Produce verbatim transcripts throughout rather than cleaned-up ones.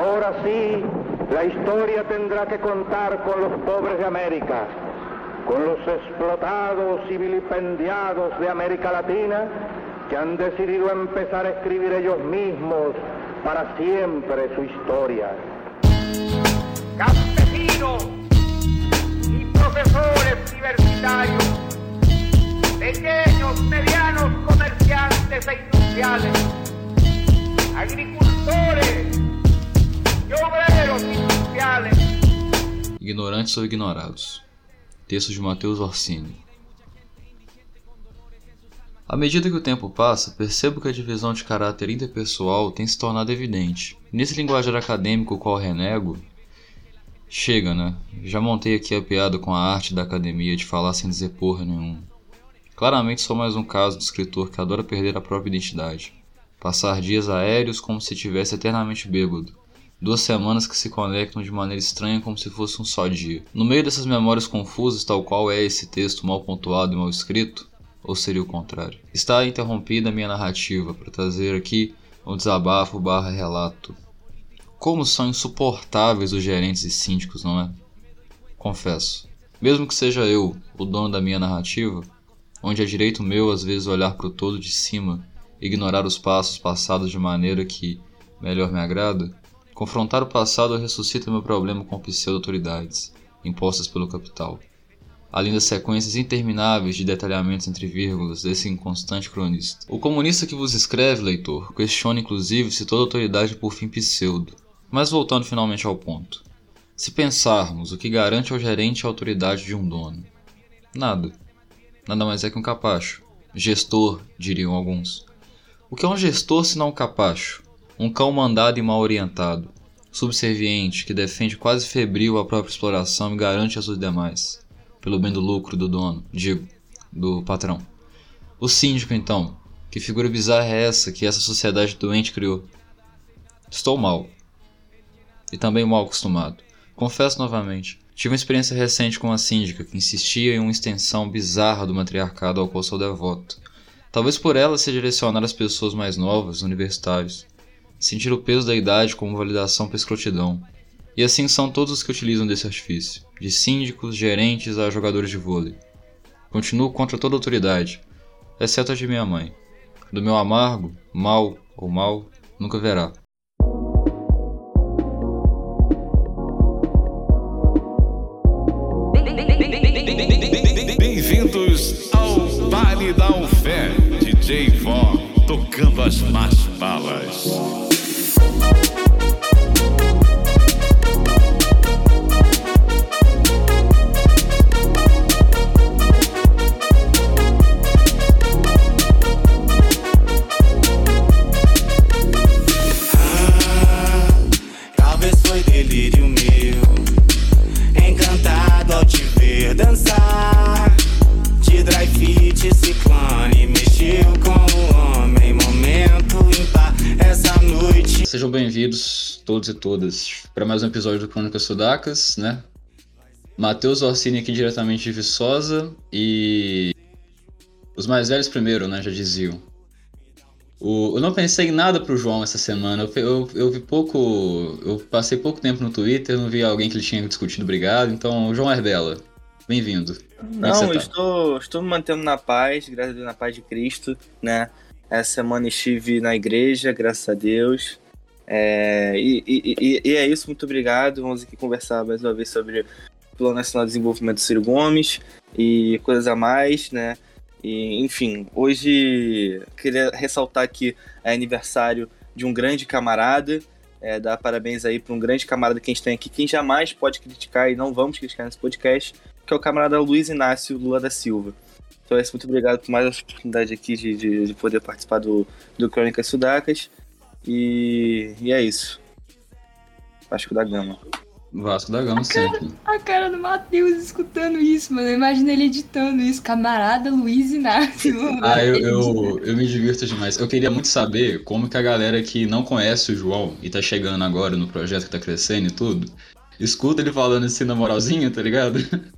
Ahora sí, la historia tendrá que contar con los pobres de América, con los explotados y vilipendiados de América Latina, que han decidido empezar a escribir ellos mismos para siempre su historia. Campesinos y profesores universitarios, pequeños, medianos comerciantes e industriales, agricultores e obreiros industriales. Ignorantes ou ignorados. Texto de Matheus Orsini. À medida que o tempo passa, percebo que a divisão de caráter interpessoal tem se tornado evidente. Nesse linguajar acadêmico qual renego, chega, né? Já montei aqui a piada com a arte da academia de falar sem dizer porra nenhuma. Claramente sou mais um caso de escritor que adora perder a própria identidade. Passar dias aéreos como se estivesse eternamente bêbado. Duas semanas que se conectam de maneira estranha como se fosse um só dia. No meio dessas memórias confusas, tal qual é esse texto mal pontuado e mal escrito, ou seria o contrário, está interrompida a minha narrativa para trazer aqui um desabafo barra relato. Como são insuportáveis os gerentes e síndicos, não é? Confesso, mesmo que seja eu o dono da minha narrativa, onde é direito meu às vezes olhar para o todo de cima, ignorar os passos passados de maneira que melhor me agrada, confrontar o passado ressuscita meu problema com pseudo-autoridades, impostas pelo capital, além das sequências intermináveis de detalhamentos entre vírgulas desse inconstante cronista. O comunista que vos escreve, leitor, questiona inclusive se toda autoridade é por fim pseudo. Mas voltando finalmente ao ponto. Se pensarmos o que garante ao gerente a autoridade de um dono? Nada. Nada mais é que um capacho. Gestor, diriam alguns. O que é um gestor senão um capacho? Um cão mandado e mal orientado, subserviente, que defende quase febril a própria exploração e garante as dos demais, pelo bem do lucro do dono, digo, do patrão. O síndico, então, que figura bizarra é essa que essa sociedade doente criou? Estou mal. E também mal acostumado. Confesso novamente, tive uma experiência recente com uma síndica que insistia em uma extensão bizarra do matriarcado ao qual sou devoto. Talvez por ela se direcionar às pessoas mais novas, universitários. Sentir o peso da idade como validação para escrotidão. E assim são todos os que utilizam desse artifício, de síndicos, gerentes a jogadores de vôlei. Continuo contra toda autoridade, exceto a de minha mãe. Do meu amargo, mal ou mal, nunca verá. Bem-vindos ao Baile da Fé, D J Vó, tocando as más balas. Sejam bem-vindos, todos e todas, para mais um episódio do Crônicas Sudacas, né? Matheus Orsini aqui diretamente de Viçosa e... os mais velhos primeiro, né? Já diziam. O... Eu não pensei em nada pro João essa semana, eu, eu, eu vi pouco... Eu passei pouco tempo no Twitter, não vi alguém que ele tinha discutido brigado, então, João Herbella, bem-vindo. Não, eu tá? estou, estou me mantendo na paz, graças a Deus, na paz de Cristo, né? Essa semana estive na igreja, graças a Deus. É, e, e, e é isso, muito obrigado. Vamos aqui conversar mais uma vez sobre o Plano Nacional de Desenvolvimento do Ciro Gomes e coisas a mais, né? E, enfim, hoje queria ressaltar que é aniversário de um grande camarada, é, dar parabéns aí para um grande camarada que a gente tem aqui, quem jamais pode criticar e não vamos criticar nesse podcast, que é o camarada Luiz Inácio Lula da Silva. Então é isso, muito obrigado por mais essa oportunidade aqui de, de, de poder participar do, do Crônicas Sudacas. E, e é isso. Vasco da Gama. Vasco da Gama, a cara, sempre. A cara do Matheus escutando isso, mano. Imagina ele editando isso. Camarada Luiz Inácio. Ah, eu, eu, eu me divirto demais. Eu queria muito saber como que a galera que não conhece o João e tá chegando agora no projeto que tá crescendo e tudo, escuta ele falando assim na moralzinha, tá ligado?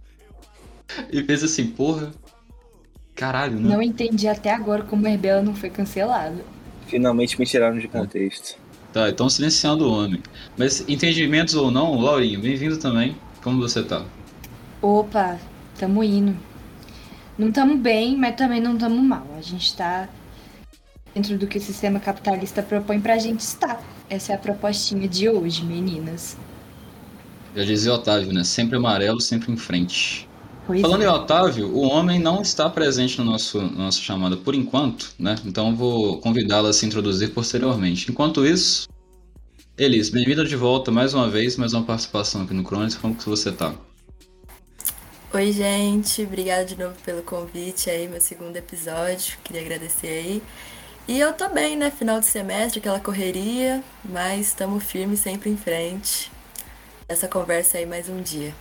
E pensa assim, porra, caralho, né? Não entendi até agora como o Herbella não foi cancelado. Finalmente me tiraram de contexto. Tá, então silenciando o homem. Mas entendimentos ou não, Laurinha, bem-vindo também. Como você tá? Opa, tamo indo. Não tamo bem, mas também não tamo mal. A gente tá dentro do que o sistema capitalista propõe pra gente estar. Essa é a propostinha de hoje, meninas. Já dizia Otávio, né? Sempre amarelo, sempre em frente. Pois Falando é. em Otávio, o homem não está presente no nosso, na nossa chamada por enquanto, né? Então vou convidá-la a se introduzir posteriormente. Enquanto isso, Elis, bem-vinda de volta mais uma vez, mais uma participação aqui no Crônicas. Como que você tá? Oi, gente. Obrigada de novo pelo convite aí, meu segundo episódio. Queria agradecer aí. E eu tô bem, né? Final de semestre, aquela correria, mas estamos firmes sempre em frente. Essa conversa aí mais um dia.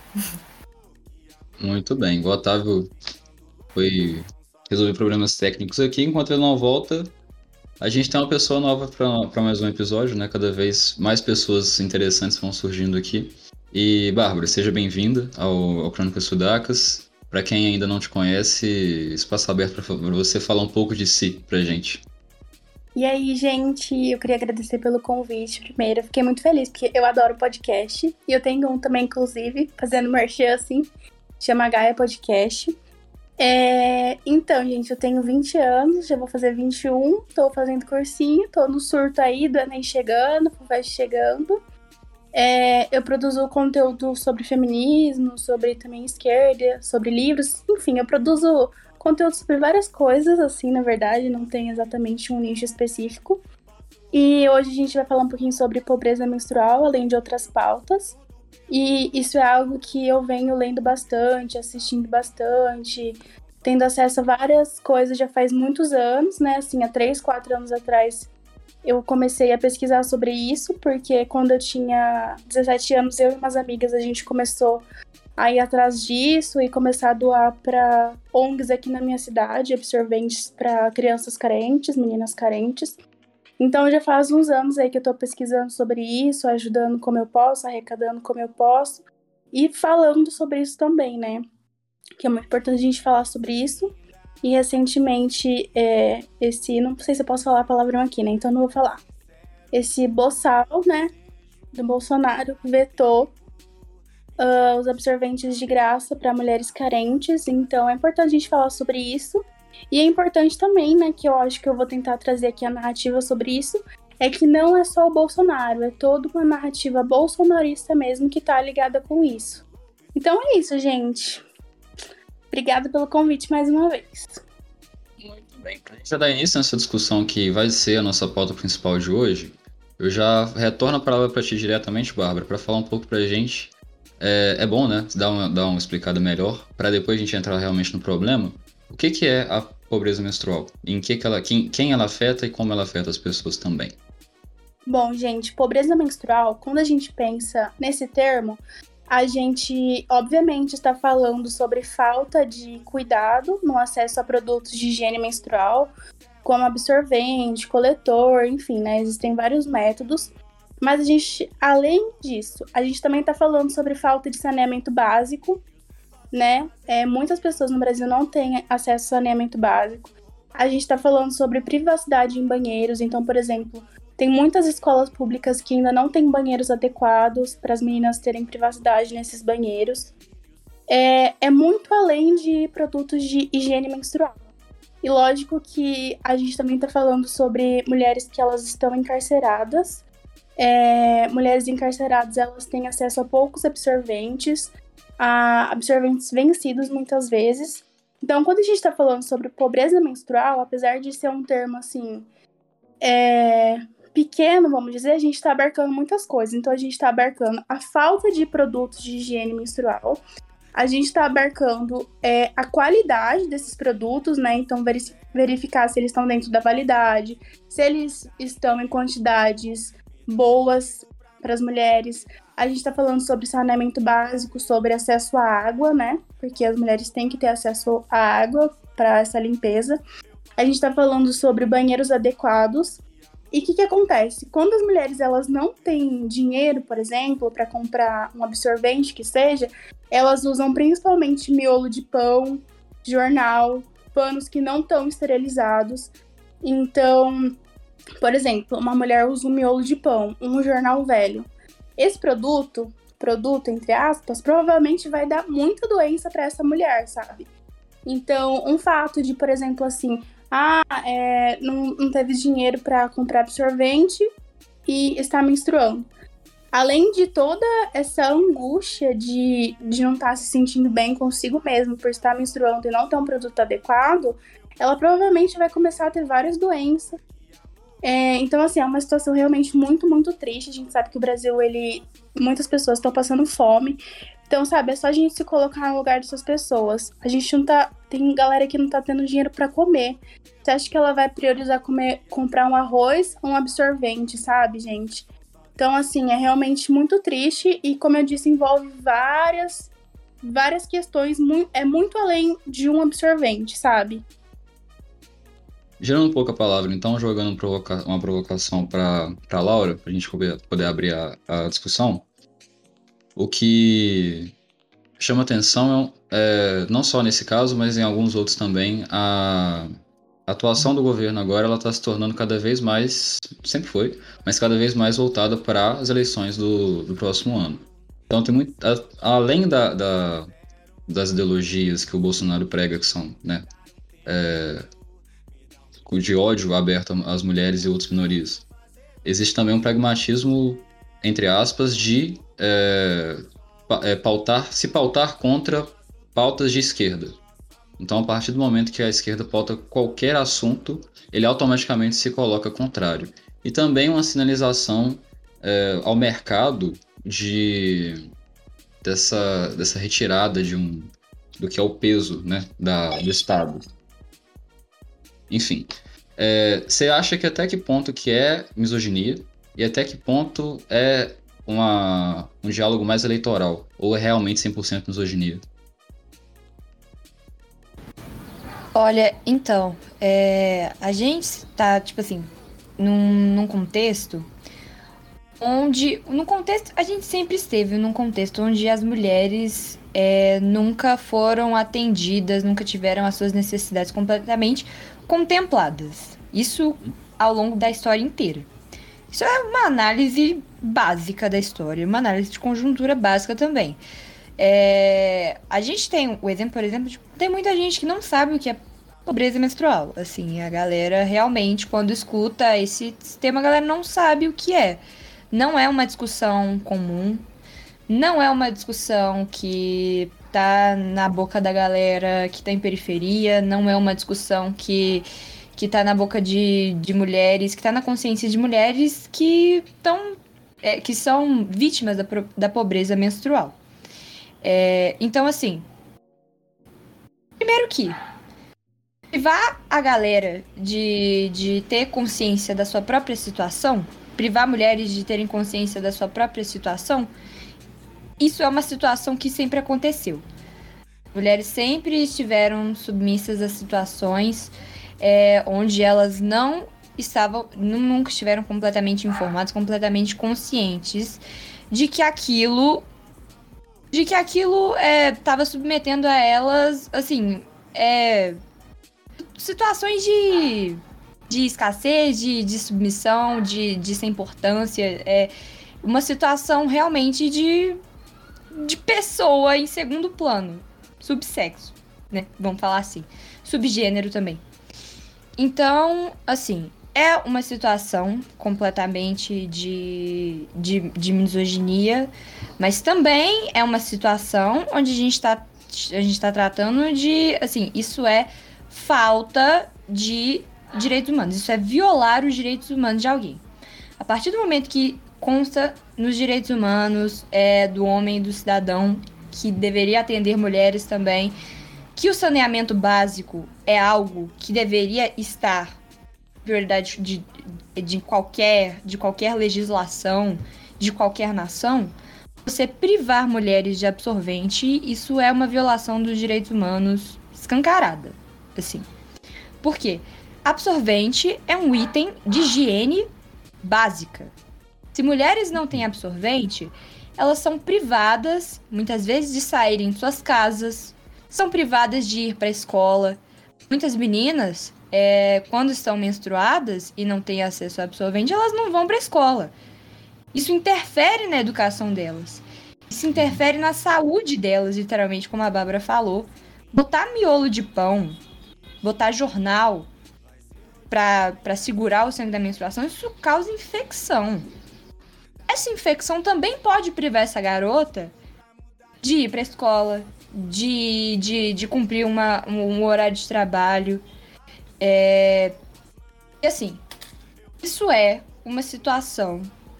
Muito bem. O Otávio foi resolver problemas técnicos aqui. Enquanto ele não volta, a gente tem uma pessoa nova para mais um episódio, né? Cada vez mais pessoas interessantes vão surgindo aqui. E, Bárbara, seja bem-vinda ao, ao Crônicas Sudacas. Para quem ainda não te conhece, espaço aberto para você falar um pouco de si pra gente. E aí, gente, eu queria agradecer pelo convite primeiro. Eu fiquei muito feliz, porque eu adoro podcast. E eu tenho um também, inclusive, fazendo merchan, assim, chama Gaia Podcast. É... Então, gente, eu tenho vinte anos, já vou fazer vinte e um, tô fazendo cursinho, tô no surto aí, do Enem chegando, FUVEST chegando. É... Eu produzo conteúdo sobre feminismo, sobre também esquerda, sobre livros, enfim, eu produzo conteúdo sobre várias coisas, assim, na verdade, não tem exatamente um nicho específico. E hoje a gente vai falar um pouquinho sobre pobreza menstrual, além de outras pautas. E isso é algo que eu venho lendo bastante, assistindo bastante, tendo acesso a várias coisas já faz muitos anos, né? Assim, há três, quatro anos atrás eu comecei a pesquisar sobre isso, porque quando eu tinha dezessete anos, eu e umas amigas, a gente começou a ir atrás disso e começar a doar para O N Gs aqui na minha cidade, absorventes para crianças carentes, meninas carentes. Então já faz uns anos aí que eu tô pesquisando sobre isso, ajudando como eu posso, arrecadando como eu posso e falando sobre isso também, né? Que é muito importante a gente falar sobre isso. E recentemente, é, esse, não sei se eu posso falar a palavrão aqui, né? Então não vou falar. Esse boçal, né, do Bolsonaro vetou uh, os absorventes de graça para mulheres carentes. Então é importante a gente falar sobre isso. E é importante também, né, que eu acho que eu vou tentar trazer aqui a narrativa sobre isso, é que não é só o Bolsonaro, é toda uma narrativa bolsonarista mesmo que tá ligada com isso. Então é isso, gente. Obrigada pelo convite mais uma vez. Muito bem. Pra gente já dar início nessa discussão que vai ser a nossa pauta principal de hoje, eu já retorno a palavra para ti diretamente, Bárbara, para falar um pouco pra gente. É, é bom, né, dar uma, dar uma explicada melhor, para depois a gente entrar realmente no problema. O que, que é a pobreza menstrual? Em que que ela, quem, quem ela afeta e como ela afeta as pessoas também? Bom, gente, pobreza menstrual, quando a gente pensa nesse termo, a gente, obviamente, está falando sobre falta de cuidado no acesso a produtos de higiene menstrual, como absorvente, coletor, enfim, né? Existem vários métodos. Mas a gente, além disso, a gente também está falando sobre falta de saneamento básico, né? É, muitas pessoas no Brasil não têm acesso a saneamento básico. A gente está falando sobre privacidade em banheiros. Então, por exemplo, tem muitas escolas públicas que ainda não têm banheiros adequados para as meninas terem privacidade nesses banheiros. É, é muito além de produtos de higiene menstrual. E lógico que a gente também está falando sobre mulheres que elas estão encarceradas. É, mulheres encarceradas, elas têm acesso a poucos absorventes, a absorventes vencidos muitas vezes. Então, quando a gente está falando sobre pobreza menstrual, apesar de ser um termo assim é, pequeno, vamos dizer, a gente está abarcando muitas coisas. Então, a gente está abarcando a falta de produtos de higiene menstrual, a gente está abarcando é, a qualidade desses produtos, né? Então, verificar se eles estão dentro da validade, se eles estão em quantidades boas para as mulheres. A gente está falando sobre saneamento básico, sobre acesso à água, né? Porque as mulheres têm que ter acesso à água para essa limpeza. A gente está falando sobre banheiros adequados. E o que, que acontece? Quando as mulheres elas não têm dinheiro, por exemplo, para comprar um absorvente que seja, elas usam principalmente miolo de pão, jornal, panos que não estão esterilizados. Então, Por exemplo, uma mulher usa um miolo de pão, um jornal velho. Esse produto, produto entre aspas, provavelmente vai dar muita doença para essa mulher, sabe? Então, um fato de, por exemplo, assim, ah, é, não, não teve dinheiro para comprar absorvente e está menstruando. Além de toda essa angústia de, de não estar se sentindo bem consigo mesmo por estar menstruando e não ter um produto adequado, ela provavelmente vai começar a ter várias doenças. É, então, assim, é uma situação realmente muito, muito triste. A gente sabe que o Brasil, ele, muitas pessoas estão passando fome. Então, sabe, é só a gente se colocar no lugar dessas pessoas. A gente não tá... Tem galera que não tá tendo dinheiro pra comer. Você acha que ela vai priorizar comer, comprar um arroz ou um absorvente, sabe, gente? Então, assim, é realmente muito triste e, como eu disse, envolve várias, várias questões. Mu- é muito além de um absorvente, sabe? Girando um pouco a palavra, então, jogando provoca- uma provocação para a Laura, para a gente poder, poder abrir a, a discussão, o que chama atenção, é, não só nesse caso, mas em alguns outros também, a atuação do governo agora ela está se tornando cada vez mais, sempre foi, mas cada vez mais voltada para as eleições do, do próximo ano. Então, tem muito, a, além da, da, das ideologias que o Bolsonaro prega, que são, né, é, de ódio aberto às mulheres e outras minorias, existe também um pragmatismo, entre aspas, de é, é, pautar, se pautar contra pautas de esquerda. Então, a partir do momento que a esquerda pauta qualquer assunto, ele automaticamente se coloca contrário. E também uma sinalização é, ao mercado de, dessa, dessa retirada de um, do que é o peso, né, da, do Estado. Enfim, você é, acha que até que ponto que é misoginia e até que ponto é uma, um diálogo mais eleitoral? Ou é realmente cem por cento misoginia? Olha, então, é, a gente tá, tipo assim, num, num contexto onde, no contexto, a gente sempre esteve num contexto onde as mulheres é, nunca foram atendidas, nunca tiveram as suas necessidades completamente contempladas. Isso ao longo da história inteira. Isso é uma análise básica da história, uma análise de conjuntura básica também. É, a gente tem o exemplo, por exemplo, de, tem muita gente que não sabe o que é pobreza menstrual. Assim, a galera realmente, quando escuta esse tema, a galera não sabe o que é. Não é uma discussão comum, não é uma discussão que tá na boca da galera que tá em periferia, não é uma discussão que, que tá na boca de, de mulheres, que tá na consciência de mulheres que, tão, é, que são vítimas da, da pobreza menstrual. É, então, assim, primeiro que privar a galera de, de ter consciência da sua própria situação, privar mulheres de terem consciência da sua própria situação, isso é uma situação que sempre aconteceu. Mulheres sempre estiveram submissas a situações é, onde elas não estavam, nunca estiveram completamente informadas, completamente conscientes de que aquilo de que aquilo estava é, submetendo a elas, assim, é, situações de, de escassez, de, de submissão, de, de sem importância, é uma situação realmente de, de pessoa em segundo plano, subsexo, né, vamos falar assim, subgênero também. Então, assim, é uma situação completamente de, de, de misoginia, mas também é uma situação onde a gente está a gente tá tratando de, assim, isso é falta de direitos humanos, isso é violar os direitos humanos de alguém. A partir do momento que consta nos direitos humanos é, do homem e do cidadão, que deveria atender mulheres também, que o saneamento básico é algo que deveria estar prioridade de, de, qualquer, de qualquer legislação, de qualquer nação, você privar mulheres de absorvente, isso é uma violação dos direitos humanos escancarada, assim. Por quê? Absorvente é um item de higiene básica. Se mulheres não têm absorvente, elas são privadas, muitas vezes, de saírem de suas casas, são privadas de ir para a escola. Muitas meninas é, quando estão menstruadas e não têm acesso ao absorvente, elas não vão para a escola. Isso interfere na educação delas. Isso interfere na saúde delas, literalmente, como a Bárbara falou. Botar miolo de pão, botar jornal para segurar o sangue da menstruação, isso causa infecção. Essa infecção também pode privar essa garota de ir para a escola, de, de, de cumprir uma, um horário de trabalho. É... E assim, isso é uma situação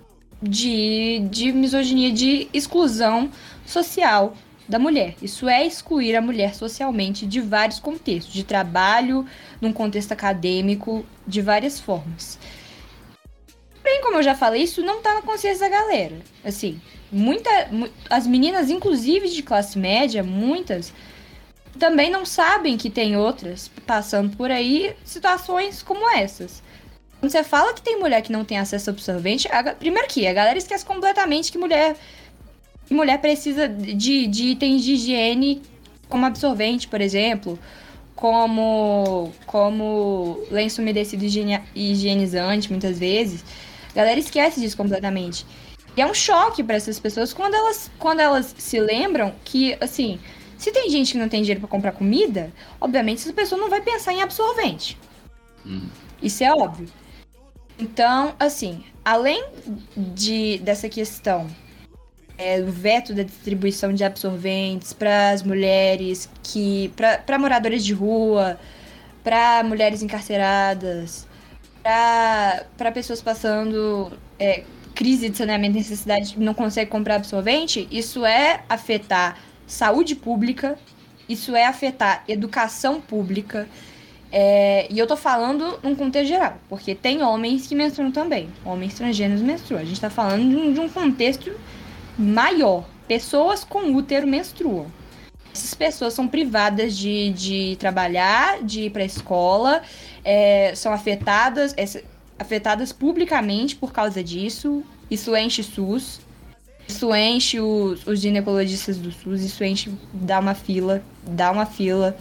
de, de misoginia, de exclusão social da mulher. Isso é excluir a mulher socialmente de vários contextos, de trabalho, num contexto acadêmico, de várias formas. Porém, como eu já falei, isso não tá na consciência da galera. Assim, muita, as meninas, inclusive de classe média, muitas, também não sabem que tem outras passando por aí situações como essas. Quando você fala que tem mulher que não tem acesso ao absorvente, a, primeiro que a galera esquece completamente que mulher, que mulher precisa de, de itens de higiene como absorvente, por exemplo, como, como lenço umedecido higiene, higienizante, muitas vezes. A galera esquece disso completamente. E é um choque para essas pessoas quando elas, quando elas se lembram que, assim, se tem gente que não tem dinheiro para comprar comida, obviamente essa pessoa não vai pensar em absorvente. Hum. Isso é óbvio. Então, assim, além de, dessa questão é, do veto da distribuição de absorventes para as mulheres, que para moradores de rua, para mulheres encarceradas, para pessoas passando é, crise de saneamento e necessidade que não conseguem comprar absorvente, isso é afetar saúde pública, isso é afetar educação pública, é, e eu tô falando num contexto geral, porque tem homens que menstruam também, homens transgêneros menstruam, a gente tá falando de um, de um contexto maior, pessoas com útero menstruam. Essas pessoas são privadas de, de trabalhar, de ir para a escola, é, são afetadas, é, afetadas publicamente por causa disso. Isso enche SUS, isso enche os, os ginecologistas do SUS, isso enche, dá uma fila, dá uma fila.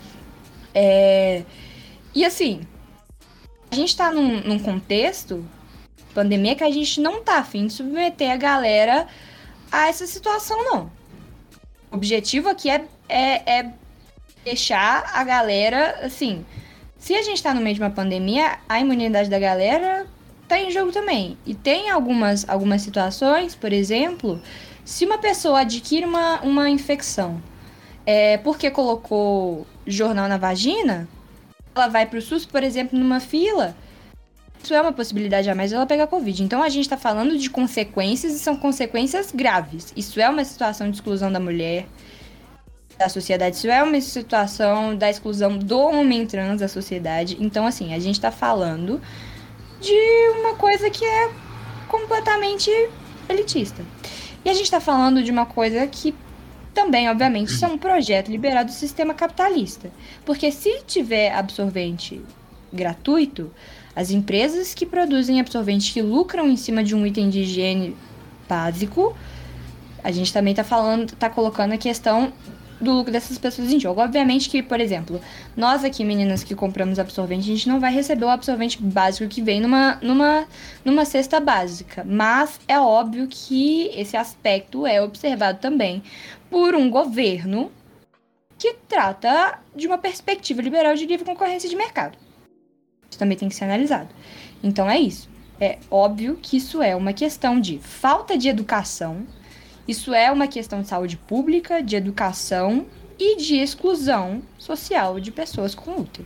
É, e assim, a gente tá num, num contexto, pandemia, que a gente não tá afim de submeter a galera a essa situação, não. O objetivo aqui é, é, é deixar a galera, assim, se a gente tá no meio de uma pandemia, a imunidade da galera tá em jogo também. E tem algumas, algumas situações, por exemplo, se uma pessoa adquire uma, uma infecção é, porque colocou jornal na vagina, ela vai pro SUS, por exemplo, numa fila, isso é uma possibilidade a mais ela pegar Covid. Então a gente tá falando de consequências e são consequências graves. Isso é uma situação de exclusão da mulher da sociedade. Isso é uma situação da exclusão do homem trans da sociedade. Então, assim, a gente tá falando de uma coisa que é completamente elitista. E a gente tá falando de uma coisa que também, obviamente, isso é um projeto liberado do sistema capitalista. Porque se tiver absorvente gratuito, as empresas que produzem absorvente que lucram em cima de um item de higiene básico, a gente também tá falando, tá colocando a questão do lucro dessas pessoas em jogo. Obviamente que, por exemplo, nós aqui, meninas que compramos absorvente, a gente não vai receber o absorvente básico que vem numa, numa, numa cesta básica. Mas é óbvio que esse aspecto é observado também por um governo que trata de uma perspectiva liberal de livre concorrência de mercado. Isso também tem que ser analisado. Então é isso. É óbvio que isso é uma questão de falta de educação, isso é uma questão de saúde pública, de educação e de exclusão social de pessoas com útero.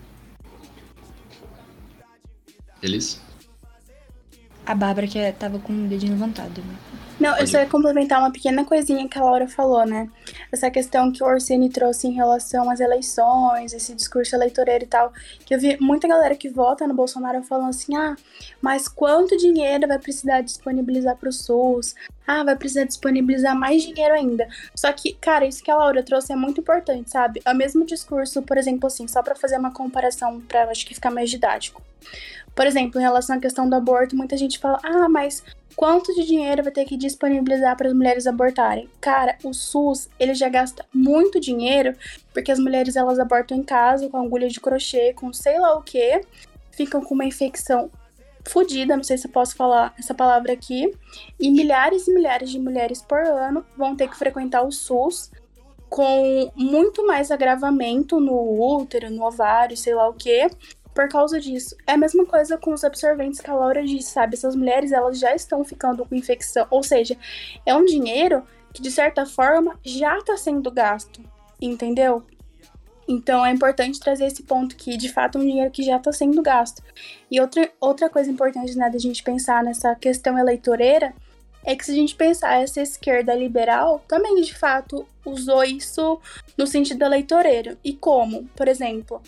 Elis? A Bárbara que tava com o dedinho levantado. Né? Não, eu só ia complementar uma pequena coisinha que a Laura falou, né? Essa questão que o Orsini trouxe em relação às eleições, esse discurso eleitoreiro e tal, que eu vi muita galera que vota no Bolsonaro falando assim, ah, mas quanto dinheiro vai precisar disponibilizar pro SUS? Ah, vai precisar disponibilizar mais dinheiro ainda. Só que, cara, isso que a Laura trouxe é muito importante, sabe? É o mesmo discurso, por exemplo, assim, só pra fazer uma comparação, pra acho que ficar mais didático. Por exemplo, em relação à questão do aborto, muita gente fala, ah, mas quanto de dinheiro vai ter que disponibilizar para as mulheres abortarem? Cara, o SUS, ele já gasta muito dinheiro, porque as mulheres, elas abortam em casa, com agulha de crochê, com sei lá o quê, ficam com uma infecção fodida, não sei se eu posso falar essa palavra aqui, e milhares e milhares de mulheres por ano vão ter que frequentar o SUS com muito mais agravamento no útero, no ovário, sei lá o que, por causa disso. É a mesma coisa com os absorventes que a Laura disse, sabe? Essas mulheres, elas já estão ficando com infecção, ou seja, é um dinheiro que, de certa forma, já está sendo gasto, entendeu? Então é importante trazer esse ponto que, de fato, é um dinheiro que já está sendo gasto. E outra, outra coisa importante, né, da gente pensar nessa questão eleitoreira é que, se a gente pensar essa esquerda liberal, também, de fato, usou isso no sentido eleitoreiro. E como? Por exemplo,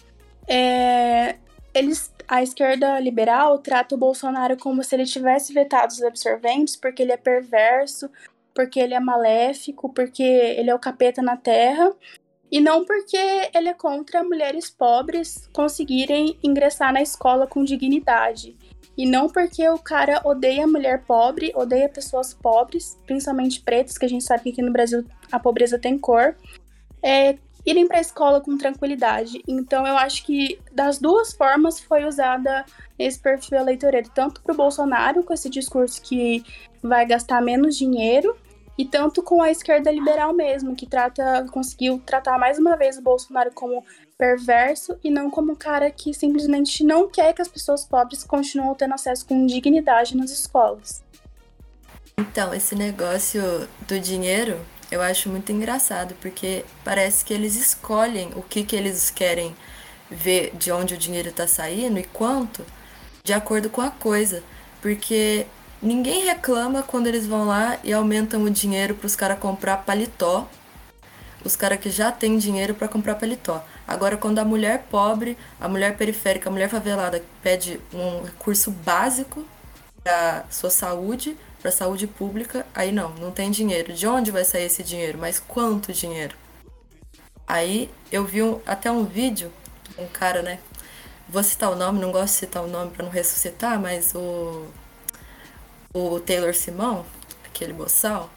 é, eles, a esquerda liberal trata o Bolsonaro como se ele tivesse vetado os absorventes porque ele é perverso, porque ele é maléfico, porque ele é o capeta na terra. E não porque ele é contra mulheres pobres conseguirem ingressar na escola com dignidade. E não porque o cara odeia mulher pobre, odeia pessoas pobres, principalmente pretas, que a gente sabe que aqui no Brasil a pobreza tem cor, é, irem para a escola com tranquilidade. Então eu acho que das duas formas foi usada esse perfil eleitoreiro, tanto para o Bolsonaro, com esse discurso que vai gastar menos dinheiro, e tanto com a esquerda liberal mesmo, que trata, conseguiu tratar mais uma vez o Bolsonaro como perverso e não como um cara que simplesmente não quer que as pessoas pobres continuem tendo acesso com dignidade nas escolas. Então, esse negócio do dinheiro, eu acho muito engraçado, porque parece que eles escolhem o que, que eles querem ver, de onde o dinheiro está saindo e quanto, de acordo com a coisa. Porque ninguém reclama quando eles vão lá e aumentam o dinheiro para os caras comprar paletó. Os caras que já têm dinheiro para comprar paletó. Agora, quando a mulher pobre, a mulher periférica, a mulher favelada pede um recurso básico para sua saúde, para saúde pública, aí não, não tem dinheiro. De onde vai sair esse dinheiro? Mas quanto dinheiro? Aí eu vi um, até um vídeo, um cara, né? Vou citar o nome, não gosto de citar o nome para não ressuscitar, mas o o Taylor Simão, aquele boçal,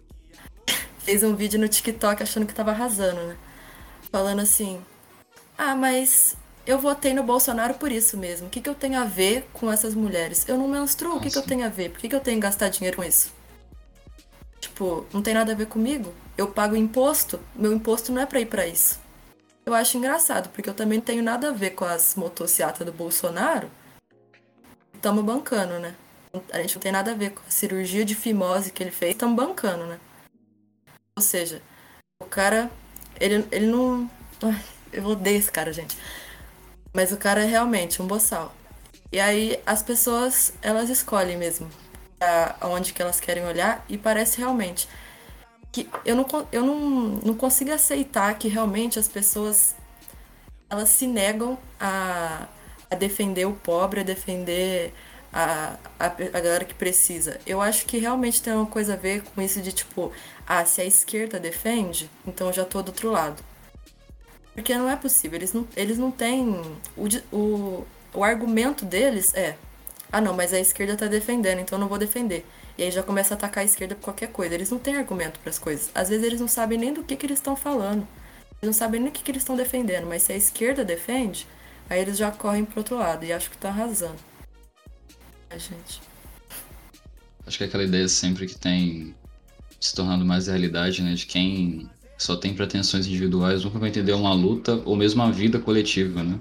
fez um vídeo no TikTok achando que tava arrasando, né? Falando assim, ah, mas eu votei no Bolsonaro por isso mesmo. O que, que eu tenho a ver com essas mulheres? Eu não menstruo, o que, que eu tenho a ver? Por que, que eu tenho que gastar dinheiro com isso? Tipo, não tem nada a ver comigo. Eu pago imposto, meu imposto não é pra ir pra isso. Eu acho engraçado, porque eu também não tenho nada a ver com as motocicletas do Bolsonaro. Tamo bancando, né? A gente não tem nada a ver com a cirurgia de fimose que ele fez, tamo bancando, né? Ou seja, o cara, ele, ele não... Ai, eu odeio esse cara, gente. Mas o cara é realmente um boçal. E aí as pessoas, elas escolhem mesmo aonde que elas querem olhar e parece realmente que eu não, eu não, não consigo aceitar que realmente as pessoas, elas se negam a, a defender o pobre, a defender A, a, a galera que precisa. Eu acho que realmente tem uma coisa a ver com isso de tipo, ah, se a esquerda defende, então eu já tô do outro lado. Porque não é possível, eles não, eles não têm... O, o, o argumento deles é, ah não, mas a esquerda tá defendendo, então eu não vou defender. E aí já começa a atacar a esquerda por qualquer coisa. Eles não têm argumento para as coisas. Às vezes eles não sabem nem do que, que eles estão falando. Eles não sabem nem o que, que eles estão defendendo, mas se a esquerda defende, aí eles já correm pro outro lado e acho que tá arrasando. Gente. Acho que é aquela ideia sempre que tem se tornando mais realidade, né? De quem só tem pretensões individuais nunca vai entender uma luta ou mesmo uma vida coletiva, né?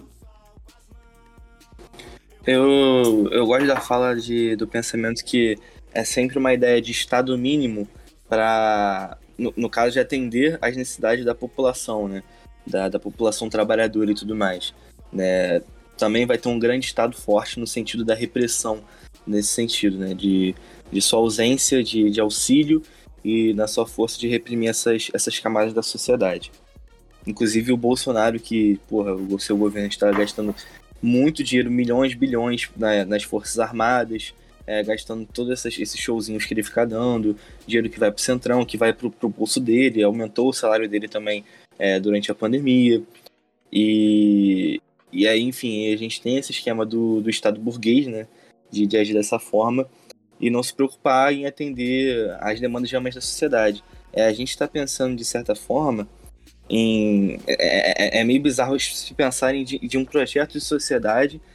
Eu, eu gosto da fala de, do pensamento que é sempre uma ideia de estado mínimo para, no, no caso, de atender às necessidades da população, né? Da, da população trabalhadora e tudo mais, né? Também vai ter um grande estado forte no sentido da repressão, nesse sentido, né, de, de sua ausência de, de auxílio e na sua força de reprimir essas, essas camadas da sociedade. Inclusive o Bolsonaro, que, porra, o seu governo está gastando muito dinheiro, milhões, bilhões na, nas Forças Armadas, é, gastando todos esses, esses showzinhos que ele fica dando, dinheiro que vai pro Centrão, que vai pro, pro bolso dele, aumentou o salário dele também é, durante a pandemia. E... E aí, enfim, a gente tem esse esquema do, do Estado burguês, né, de, de agir dessa forma e não se preocupar em atender às demandas realmente da sociedade. É, a gente está pensando, de certa forma, em... É, é, é meio bizarro se pensarem de, de um projeto de sociedade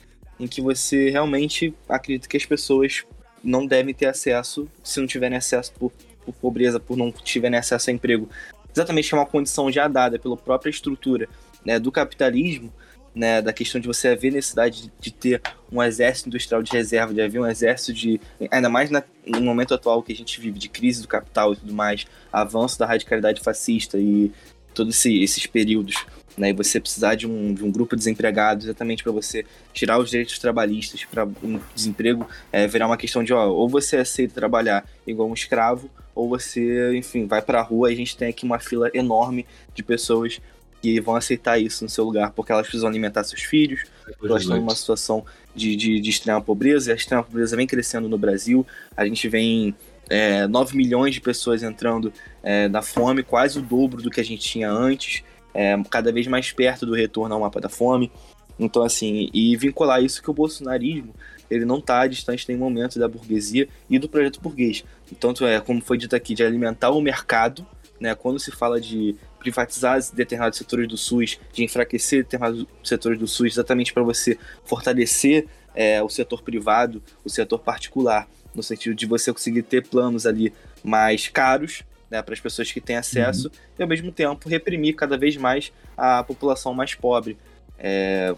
em que você realmente acredita que as pessoas não devem ter acesso, se não tiverem acesso por, por pobreza, por não tiverem acesso a emprego. Exatamente, que é uma condição já dada pela própria estrutura, né, do capitalismo, né, da questão de você haver necessidade de, de ter um exército industrial de reserva, de haver um exército de... Ainda mais na, no momento atual que a gente vive, de crise do capital e tudo mais, avanço da radicalidade fascista e todos esse, esses períodos, né, e você precisar de um, de um grupo de desempregados exatamente para você tirar os direitos trabalhistas, para um desemprego é, virar uma questão de, ó, ou você aceita trabalhar igual um escravo, ou você, enfim, vai para a rua e a gente tem aqui uma fila enorme de pessoas que vão aceitar isso no seu lugar, porque elas precisam alimentar seus filhos, elas estão numa situação de, de, de extrema pobreza, e a extrema pobreza vem crescendo no Brasil, a gente vem é, nove milhões de pessoas entrando é, na fome, quase o dobro do que a gente tinha antes, é, cada vez mais perto do retorno ao mapa da fome. Então, assim, e vincular isso que o bolsonarismo, ele não está distante em nenhum momento da burguesia e do projeto burguês. Então, é, como foi dito aqui, de alimentar o mercado, né, quando se fala de privatizar determinados setores do SUS, de enfraquecer determinados setores do SUS, exatamente para você fortalecer é, o setor privado, o setor particular, no sentido de você conseguir ter planos ali mais caros, né, para as pessoas que têm acesso, uhum. e ao mesmo tempo reprimir cada vez mais a população mais pobre, é,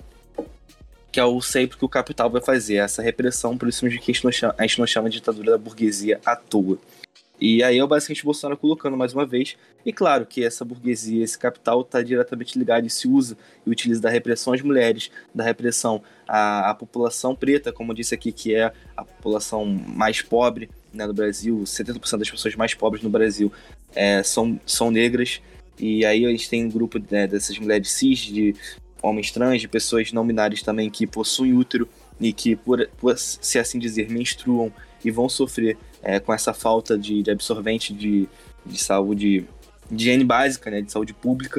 que é o sempre que o capital vai fazer, essa repressão, por isso que a gente não chama, a gente não chama de ditadura da burguesia à toa. E aí é basicamente o Bolsonaro colocando mais uma vez, e claro que essa burguesia, esse capital está diretamente ligado e se usa e utiliza da repressão às mulheres, da repressão à, à população preta, como eu disse aqui, que é a população mais pobre, né, no Brasil, setenta por cento das pessoas mais pobres no Brasil é, são, são negras, e aí a gente tem um grupo, né, dessas mulheres cis, de homens trans, de pessoas não binárias também que possuem útero e que, por, por se assim dizer, menstruam e vão sofrer é, com essa falta de, de absorvente de, de saúde, de higiene básica, né, de saúde pública.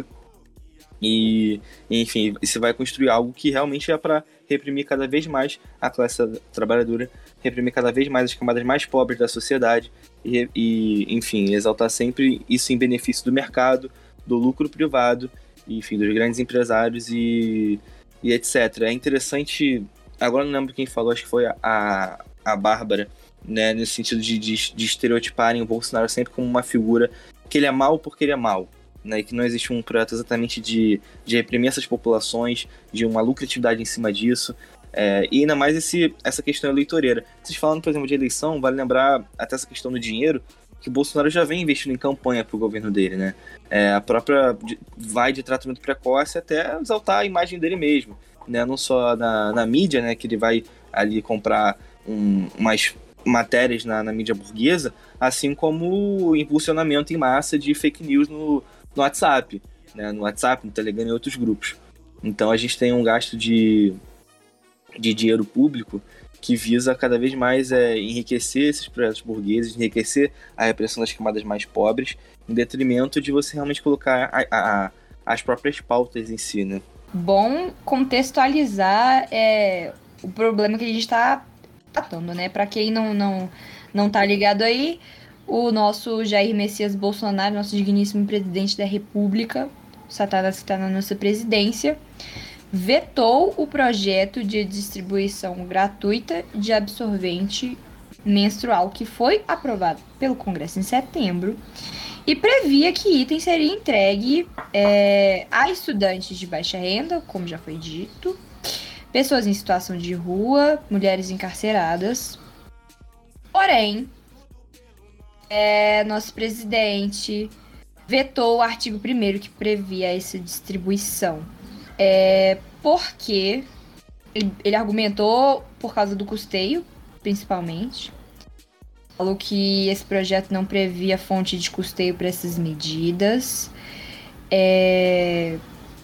E, enfim, você vai construir algo que realmente é para reprimir cada vez mais a classe trabalhadora, reprimir cada vez mais as camadas mais pobres da sociedade e, e enfim, exaltar sempre isso em benefício do mercado, do lucro privado, enfim, dos grandes empresários e, e etcétera. É interessante, agora não lembro quem falou, acho que foi a, a Bárbara, né, nesse sentido de, de, de estereotiparem o Bolsonaro sempre como uma figura que ele é mau porque ele é mau, né, e que não existe um projeto exatamente de, de reprimir essas populações, de uma lucratividade em cima disso, é, e ainda mais esse, essa questão eleitoreira. Vocês falando, por exemplo, de eleição, vale lembrar até essa questão do dinheiro, que o Bolsonaro já vem investindo em campanha pro governo dele, né, é, a própria vai de tratamento precoce até exaltar a imagem dele mesmo, né, não só na, na mídia, né, que ele vai ali comprar um, umas matérias na, na mídia burguesa, assim como o impulsionamento em massa de fake news no, no WhatsApp, né, no WhatsApp, no Telegram e outros grupos. Então a gente tem um gasto de, de dinheiro público que visa cada vez mais é, enriquecer esses projetos burgueses, enriquecer a repressão das camadas mais pobres, em detrimento de você realmente colocar a, a, a, as próprias pautas em si, né? Bom contextualizar é, o problema que a gente está tratando, né? Para quem não, não, não tá ligado aí, o nosso Jair Messias Bolsonaro, nosso digníssimo presidente da República, Satanás que está na nossa presidência, vetou o projeto de distribuição gratuita de absorvente menstrual que foi aprovado pelo Congresso em setembro e previa que item seria entregue é, a estudantes de baixa renda, como já foi dito, pessoas em situação de rua, mulheres encarceradas. Porém, é, nosso presidente vetou o artigo primeiro que previa essa distribuição. É, porque ele, ele argumentou por causa do custeio, principalmente. Falou que esse projeto não previa fonte de custeio para essas medidas. É...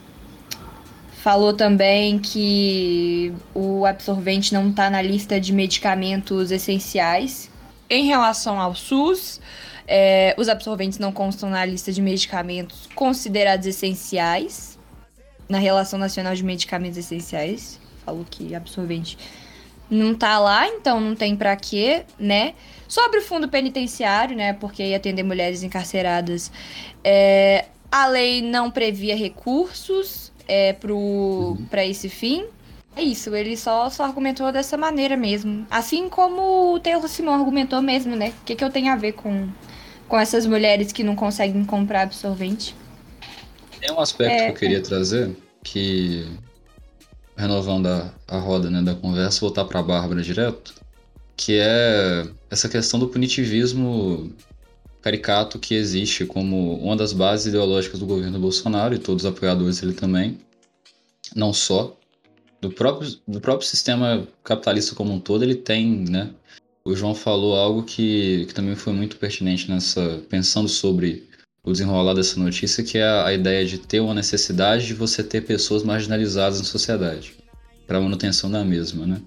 Falou também que o absorvente não está na lista de medicamentos essenciais. Em relação ao SUS, é, os absorventes não constam na lista de medicamentos considerados essenciais, na Relação Nacional de Medicamentos Essenciais. Falou que absorvente não está lá, então não tem para quê, né? Sobre o fundo penitenciário, né, porque ia atender mulheres encarceradas, é, a lei não previa recursos é, para esse fim. É isso, ele só, só argumentou dessa maneira mesmo. Assim como o Taylor Simon argumentou mesmo, né? O que, que eu tenho a ver com, com essas mulheres que não conseguem comprar absorvente? Tem um aspecto É. que eu queria trazer, que, renovando a, a roda, né, da conversa, voltar para a Bárbara direto, que é essa questão do punitivismo caricato que existe como uma das bases ideológicas do governo Bolsonaro e todos os apoiadores dele também, não só, do próprio, do próprio sistema capitalista como um todo. Ele tem, né, o João falou algo que, que também foi muito pertinente nessa, pensando sobre o desenrolar dessa notícia, que é a, a ideia de ter uma necessidade de você ter pessoas marginalizadas na sociedade, para a manutenção da mesma, né?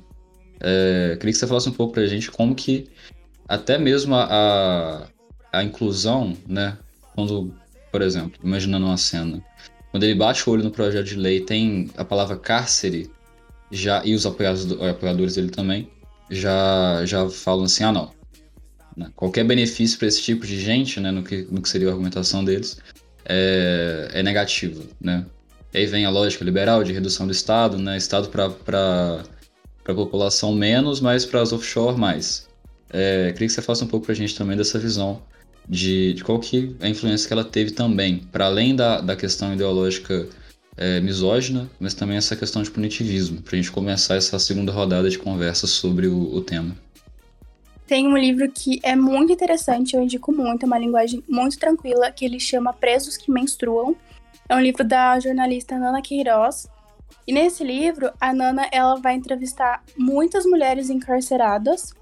É, queria que você falasse um pouco pra gente como que até mesmo a, a, a inclusão, né? Quando, por exemplo, imaginando uma cena, quando ele bate o olho no projeto de lei, tem a palavra cárcere, já, e os apoiadores, apoiadores dele também, já, já falam assim, ah não, né? Qualquer benefício para esse tipo de gente, né, no, que, no que seria a argumentação deles, é, é negativo, né? E aí vem a lógica liberal de redução do Estado, né? Estado para para a população menos, mas para as offshore mais. É, queria que você falasse um pouco para a gente também dessa visão de, de qual que é a influência que ela teve também, para além da, da questão ideológica é, misógina, mas também essa questão de punitivismo, para a gente começar essa segunda rodada de conversa sobre o, o tema. Tem um livro que é muito interessante, eu indico muito, é uma linguagem muito tranquila, que ele chama Presos que Menstruam. É um livro da jornalista Nana Queiroz. E nesse livro, a Nana ela vai entrevistar muitas mulheres encarceradas.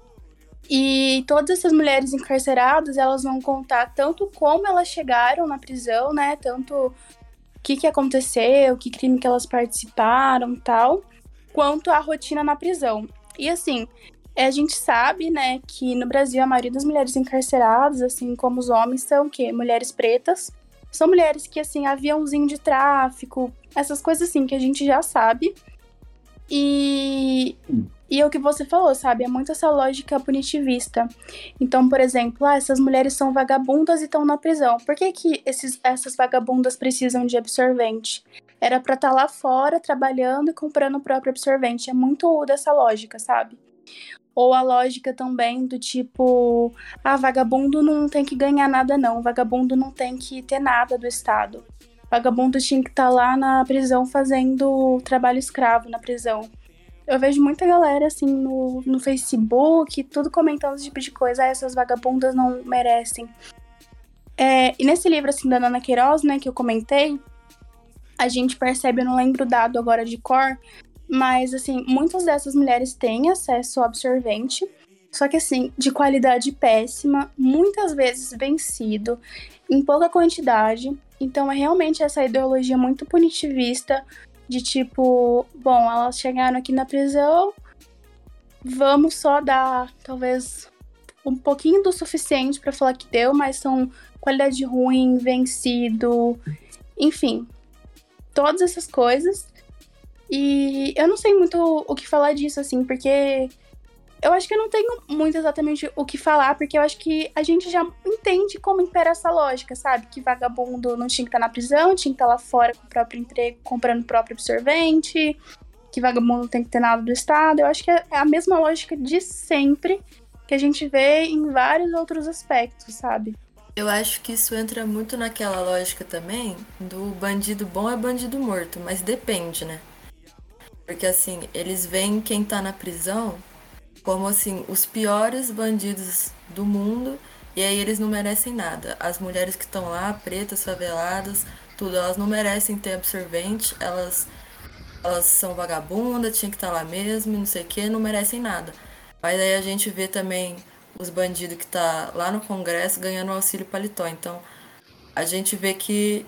E todas essas mulheres encarceradas, elas vão contar tanto como elas chegaram na prisão, né? Tanto o que, que aconteceu, que crime que elas participaram e tal, quanto a rotina na prisão. E assim, a gente sabe, né, que no Brasil a maioria das mulheres encarceradas, assim como os homens, são o quê? Mulheres pretas. São mulheres que, assim, aviãozinho de tráfico, essas coisas assim que a gente já sabe. E, e é o que você falou, sabe? É muito essa lógica punitivista. Então, por exemplo, ah, essas mulheres são vagabundas e estão na prisão. Por que que esses, essas vagabundas precisam de absorvente? Era pra estar lá fora, trabalhando e comprando o próprio absorvente. É muito dessa lógica, sabe? Ou a lógica também do tipo, ah, vagabundo não tem que ganhar nada não, vagabundo não tem que ter nada do Estado. Vagabundo tinha que estar lá na prisão fazendo trabalho escravo na prisão. Eu vejo muita galera assim no, no Facebook, tudo comentando esse tipo de coisa, ah, essas vagabundas não merecem. É, e nesse livro assim da Nana Queiroz, né, que eu comentei, a gente percebe, eu não lembro o dado agora de cor, mas, assim, muitas dessas mulheres têm acesso ao absorvente, só que, assim, de qualidade péssima, muitas vezes vencido, em pouca quantidade. Então, é realmente essa ideologia muito punitivista de tipo, bom, elas chegaram aqui na prisão, vamos só dar, talvez, um pouquinho do suficiente pra falar que deu, mas são qualidade ruim, vencido, enfim, todas essas coisas. E eu não sei muito o que falar disso, assim, porque eu acho que eu não tenho muito exatamente o que falar, porque eu acho que a gente já entende como impera essa lógica, sabe? Que vagabundo não tinha que estar na prisão, tinha que estar lá fora com o próprio emprego, comprando o próprio absorvente, que vagabundo não tem que ter nada do Estado. Eu acho que é a mesma lógica de sempre que a gente vê em vários outros aspectos, sabe? Eu acho que isso entra muito naquela lógica também do bandido bom é bandido morto, mas depende, né? Porque, assim, eles veem quem tá na prisão como, assim, os piores bandidos do mundo, e aí eles não merecem nada. As mulheres que estão lá, pretas, faveladas, tudo, elas não merecem ter absorvente, elas, elas são vagabundas, tinha que estar lá mesmo, não sei o que, não merecem nada. Mas aí a gente vê também os bandidos que tá lá no Congresso ganhando auxílio paletó. Então, a gente vê que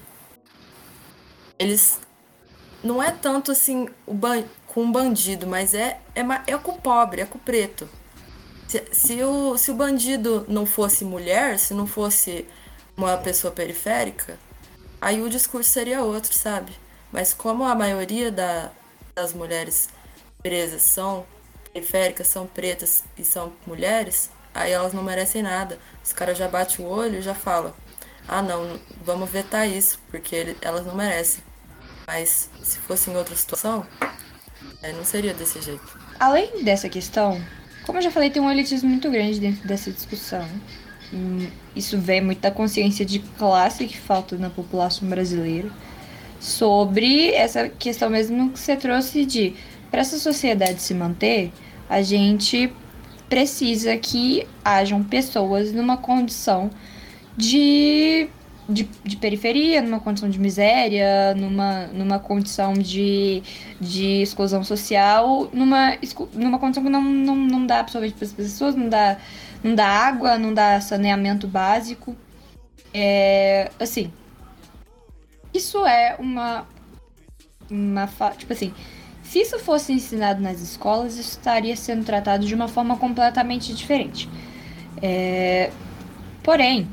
eles... Não é tanto assim o ban... com o bandido, mas é, é, é com o pobre, é com o preto. Se, se, o, se o bandido não fosse mulher, se não fosse uma pessoa periférica, aí o discurso seria outro, sabe? Mas como a maioria da, das mulheres presas são periféricas, são pretas e são mulheres, aí elas não merecem nada. Os caras já batem o olho e já falam, ah não, vamos vetar isso, porque ele, elas não merecem. Mas se fosse em outra situação, É, não seria desse jeito. Além dessa questão, como eu já falei, tem um elitismo muito grande dentro dessa discussão. Hum, Isso vem muito da consciência de classe que falta na população brasileira. Sobre essa questão mesmo que você trouxe de, para essa sociedade se manter, a gente precisa que hajam pessoas numa condição de, de, de periferia, numa condição de miséria, numa, numa condição de, de exclusão social, numa, numa condição que não, não, não dá absolutamente para as pessoas, não dá, não dá água, não dá saneamento básico. É, assim, isso é uma, uma... Tipo assim, se isso fosse ensinado nas escolas, isso estaria sendo tratado de uma forma completamente diferente. É, porém,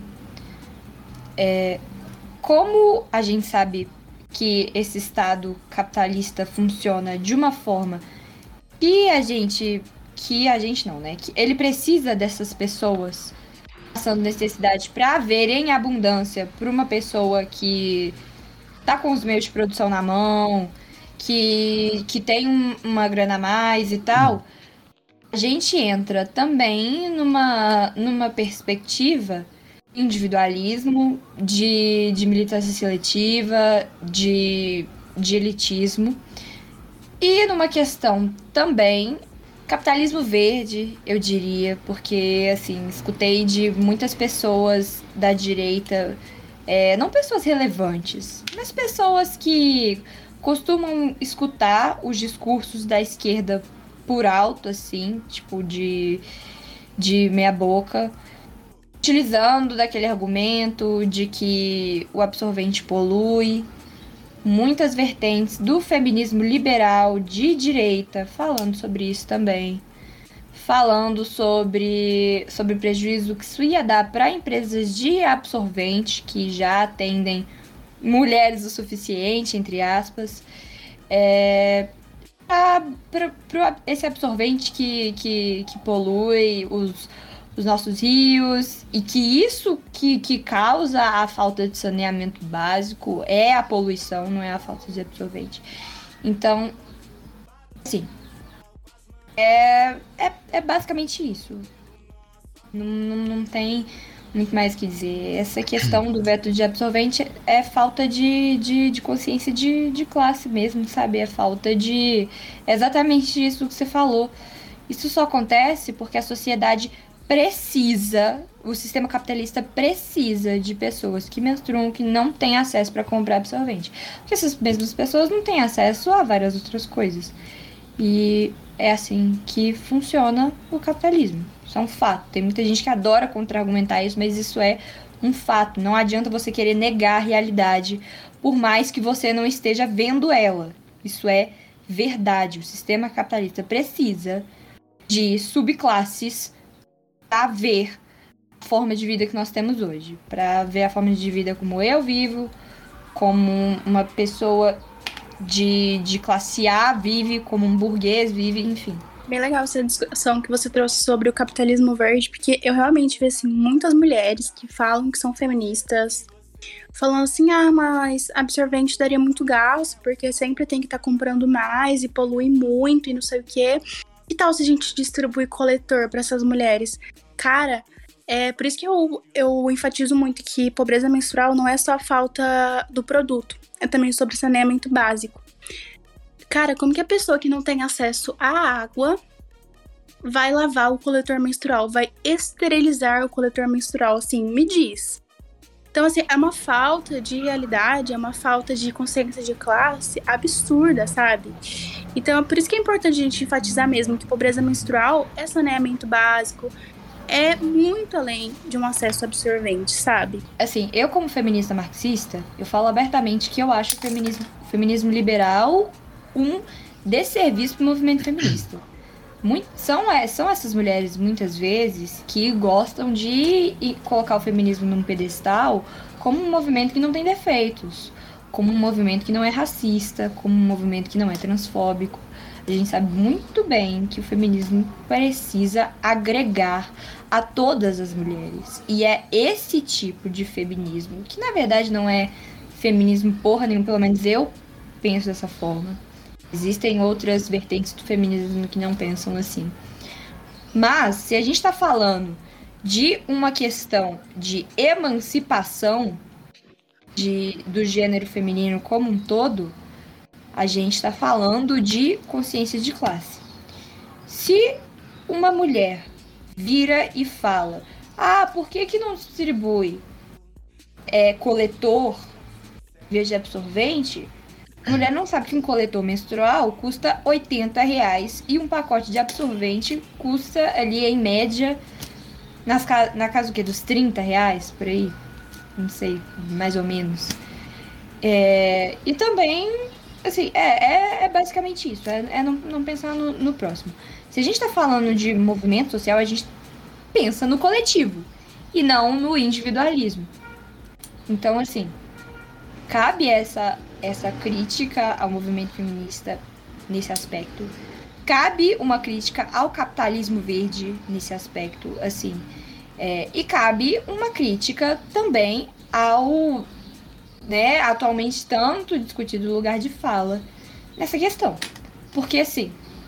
é, como a gente sabe que esse Estado capitalista funciona de uma forma que a gente... Que a gente não, né? Que ele precisa dessas pessoas passando necessidade para haver em abundância para uma pessoa que tá com os meios de produção na mão, que, que tem um, uma grana a mais e tal, a gente entra também numa, numa perspectiva de individualismo, de, de militância seletiva, de, de elitismo, e numa questão também capitalismo verde, eu diria, porque, assim, escutei de muitas pessoas da direita, é, não pessoas relevantes, mas pessoas que costumam escutar os discursos da esquerda por alto, assim, tipo, de, de meia boca, utilizando daquele argumento de que o absorvente polui. Muitas vertentes do feminismo liberal de direita falando sobre isso também. Falando sobre, sobre o prejuízo que isso ia dar para empresas de absorvente, que já atendem mulheres o suficiente, entre aspas. É, para esse absorvente que, que, que polui os, os nossos rios, e que isso que, que causa a falta de saneamento básico é a poluição, não é a falta de absorvente. Então, assim, é, é, é basicamente isso. Não, não, não tem muito mais o que dizer. Essa questão do veto de absorvente é falta de, de, de consciência de, de classe mesmo, sabe? É falta de... É exatamente isso que você falou. Isso só acontece porque a sociedade precisa, o sistema capitalista precisa de pessoas que menstruam, que não têm acesso para comprar absorvente. Porque essas mesmas pessoas não têm acesso a várias outras coisas. E é assim que funciona o capitalismo. Isso é um fato. Tem muita gente que adora contra-argumentar isso, mas isso é um fato. Não adianta você querer negar a realidade, por mais que você não esteja vendo ela. Isso é verdade. O sistema capitalista precisa de subclasses para ver a forma de vida que nós temos hoje, para ver a forma de vida como eu vivo, como uma pessoa de, de classe A vive, como um burguês vive, enfim. Bem legal essa discussão que você trouxe sobre o capitalismo verde, porque eu realmente vejo assim, muitas mulheres que falam que são feministas, falando assim, ah, mas absorvente daria muito gasto, porque sempre tem que estar tá comprando mais e polui muito e não sei o quê. Que tal se a gente distribui coletor para essas mulheres? Cara, é por isso que eu, eu enfatizo muito que pobreza menstrual não é só a falta do produto, é também sobre saneamento básico. Cara, como que a pessoa que não tem acesso à água vai lavar o coletor menstrual, vai esterilizar o coletor menstrual, assim, me diz. Então, assim, é uma falta de realidade, é uma falta de consciência de classe absurda, sabe? Então, é por isso que é importante a gente enfatizar mesmo que pobreza menstrual é saneamento básico, é muito além de um acesso absorvente, sabe? Assim, eu como feminista marxista, eu falo abertamente que eu acho o feminismo, o feminismo liberal um desserviço pro movimento feminista. Muito, são, são essas mulheres, muitas vezes, que gostam de colocar o feminismo num pedestal como um movimento que não tem defeitos, como um movimento que não é racista, como um movimento que não é transfóbico. A gente sabe muito bem que o feminismo precisa agregar a todas as mulheres. E é esse tipo de feminismo, que na verdade não é feminismo porra nenhuma, pelo menos eu penso dessa forma, Existem outras vertentes do feminismo que não pensam assim. Mas, se a gente está falando de uma questão de emancipação de, do gênero feminino como um todo, a gente está falando de consciência de classe. Se uma mulher vira e fala, ah, por que que não distribui é, coletor de absorvente? A mulher não sabe que um coletor menstrual custa oitenta reais e um pacote de absorvente custa ali, em média, nas, na casa do quê? Dos trinta reais, por aí? Não sei, mais ou menos. É, e também, assim, é, é, é basicamente isso, é, é não, não pensar no, no próximo. Se a gente tá falando de movimento social, a gente pensa no coletivo e não no individualismo. Então, assim, cabe essa, essa crítica ao movimento feminista nesse aspecto. Cabe uma crítica ao capitalismo verde nesse aspecto, assim. É, e cabe uma crítica também ao, né, atualmente tanto discutido lugar de fala nessa questão. Porque, assim,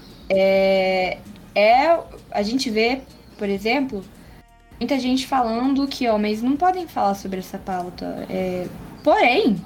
é, é, a gente vê, por exemplo, muita gente falando que homens não podem falar sobre essa pauta. É, porém,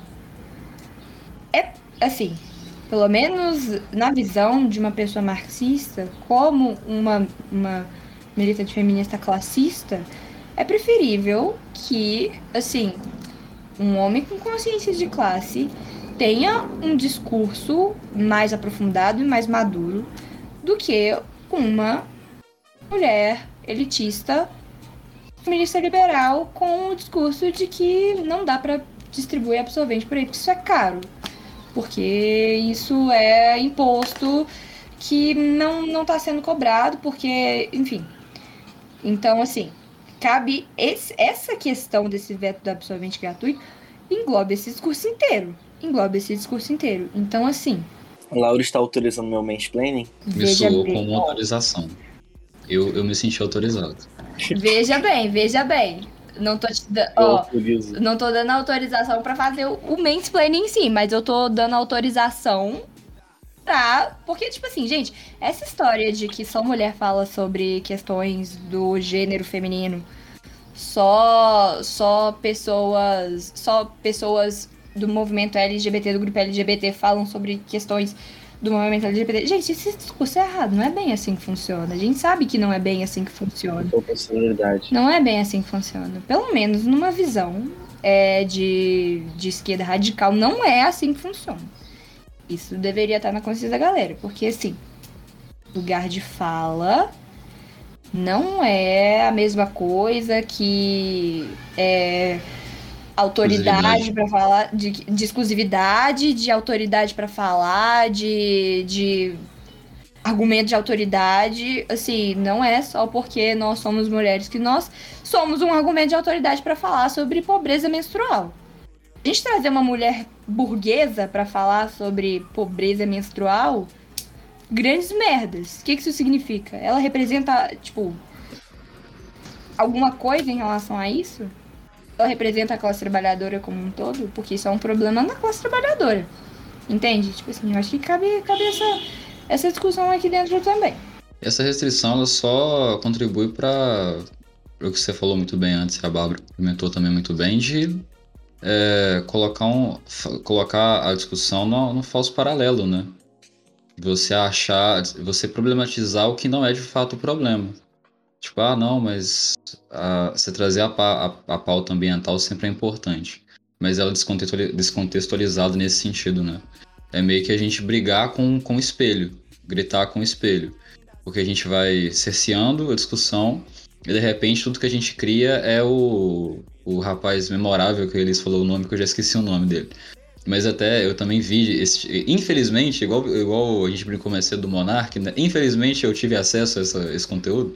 é assim, pelo menos na visão de uma pessoa marxista, como uma, uma militante feminista classista, é preferível que, assim, um homem com consciência de classe tenha um discurso mais aprofundado e mais maduro do que uma mulher elitista, feminista liberal, com o discurso de que não dá para distribuir absorvente por aí, porque isso é caro. Porque isso é imposto que não, não tá sendo cobrado, porque, enfim. Então, assim, cabe esse, essa questão desse veto do absorvente gratuito, engloba esse discurso inteiro. Engloba esse discurso inteiro. Então, assim... A Laura está autorizando meu mansplaining? Me soou como uma autorização. Eu, eu me senti autorizado. Veja bem, veja bem. Não tô te dando... Ó, não tô dando autorização pra fazer o, o mansplaining em si, mas eu tô dando autorização pra... Porque, tipo assim, gente, essa história de que só mulher fala sobre questões do gênero feminino, só, só pessoas... Só pessoas do movimento L G B T, do grupo L G B T, falam sobre questões do movimento L G B T. Gente, esse discurso é errado, não é bem assim que funciona. A gente sabe que não é bem assim que funciona. Não é bem assim que funciona. Pelo menos numa visão é, de, de esquerda radical, não é assim que funciona. Isso deveria estar na consciência da galera, porque, assim, lugar de fala não é a mesma coisa que é, autoridade para falar, de, de exclusividade, de autoridade para falar, de, de argumento de autoridade. Assim, não é só porque nós somos mulheres que nós somos um argumento de autoridade para falar sobre pobreza menstrual. A gente trazer uma mulher burguesa para falar sobre pobreza menstrual, grandes merdas. O que, que isso significa? Ela representa, tipo, alguma coisa em relação a isso? Ela representa a classe trabalhadora como um todo? Porque isso é um problema na classe trabalhadora. Entende? Tipo assim, eu acho que cabe, cabe essa, essa discussão aqui dentro também. Essa restrição, ela só contribui para o que você falou muito bem antes, a Bárbara comentou também muito bem, de é, colocar, um, colocar a discussão no, no falso paralelo, né? Você achar, você problematizar o que não é de fato o problema. Tipo, ah, não, mas a, você trazer a, a, a pauta ambiental sempre é importante. Mas ela é descontextualizada nesse sentido, né? É meio que a gente brigar com, com o espelho, gritar com o espelho. Porque a gente vai cerceando a discussão e, de repente, tudo que a gente cria é o, o rapaz memorável, que eles falou o nome, que eu já esqueci o nome dele. Mas até eu também vi, esse, infelizmente, igual, igual a gente brincou mais cedo do Monark, né? Infelizmente eu tive acesso a essa, esse conteúdo.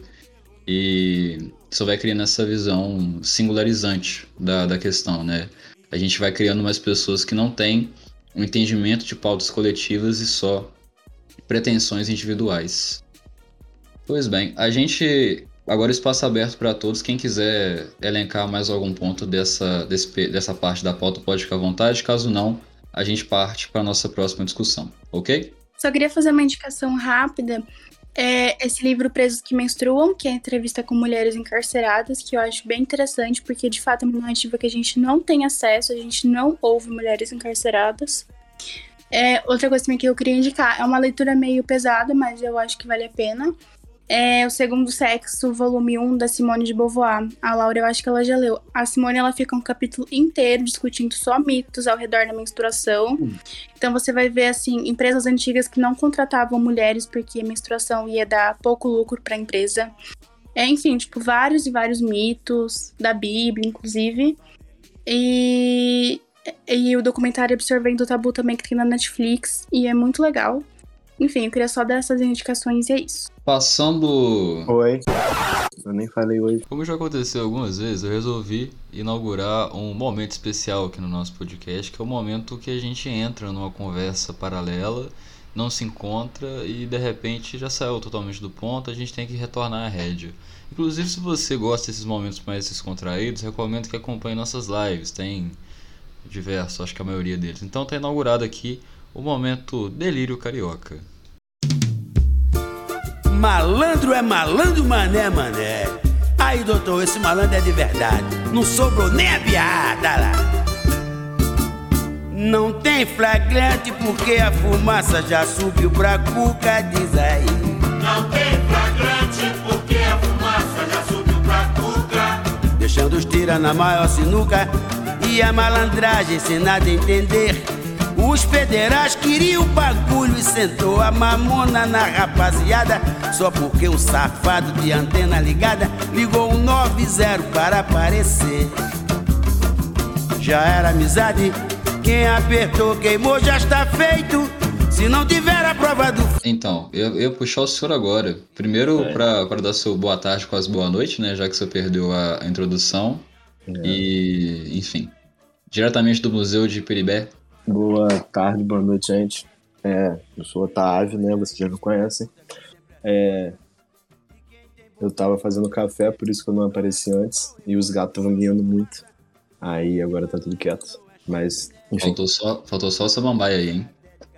E só vai criando essa visão singularizante da, da questão, né? A gente vai criando mais pessoas que não têm um entendimento de pautas coletivas e só pretensões individuais. Pois bem, a gente... Agora espaço aberto para todos. Quem quiser elencar mais algum ponto dessa, desse, dessa parte da pauta pode ficar à vontade. Caso não, a gente parte para a nossa próxima discussão, ok? Só queria fazer uma indicação rápida. É esse livro Presos que Menstruam, que é a entrevista com mulheres encarceradas, que eu acho bem interessante, porque de fato é uma narrativa que a gente não tem acesso, a gente não ouve mulheres encarceradas. É, outra coisa também que eu queria indicar, é uma leitura meio pesada, mas eu acho que vale a pena. É O Segundo Sexo, volume um, da Simone de Beauvoir. A Laura, eu acho que ela já leu. A Simone, ela fica um capítulo inteiro discutindo só mitos ao redor da menstruação. Hum. Então você vai ver, assim, empresas antigas que não contratavam mulheres porque a menstruação ia dar pouco lucro para a empresa. É, enfim, tipo, vários e vários mitos, da Bíblia, inclusive. E, e o documentário Absorvendo o Tabu também, que tem na Netflix, e é muito legal. Enfim, eu queria só dar essas indicações e é isso. Passando... Oi. Eu nem falei hoje. Como já aconteceu algumas vezes, eu resolvi inaugurar um momento especial aqui no nosso podcast, que é o momento que a gente entra numa conversa paralela, não se encontra e de repente já saiu totalmente do ponto, a gente tem que retornar à rédea. Inclusive, se você gosta desses momentos mais descontraídos, recomendo que acompanhe nossas lives, tem diversos, acho que a maioria deles. Então tá inaugurado aqui o momento Delírio Carioca. Malandro é malandro, mané, mané. Aí, doutor, esse malandro é de verdade. Não sobrou nem a piada lá. Não tem flagrante porque a fumaça já subiu pra cuca, diz aí. Não tem flagrante porque a fumaça já subiu pra cuca. Deixando os tira na maior sinuca e a malandragem sem nada entender. Os federais queriam o bagulho e sentou a mamona na rapaziada. Só porque um safado de antena ligada ligou um nove zero para aparecer. Já era amizade, quem apertou queimou, já está feito. Se não tiver a prova do... Então, eu ia puxar o senhor agora. Primeiro é. para dar seu boa tarde, quase boa noite, né? Já que você perdeu a, a introdução. É. E, enfim, diretamente do Museu de Peribé. Boa tarde, boa noite, gente. É, eu sou Otávio, né? Vocês já me conhecem. É, eu tava fazendo café, por isso que eu não apareci antes. E os gatos estavam miando muito. Aí agora tá tudo quieto. Mas, enfim. Faltou só, faltou só o samambaia aí, hein?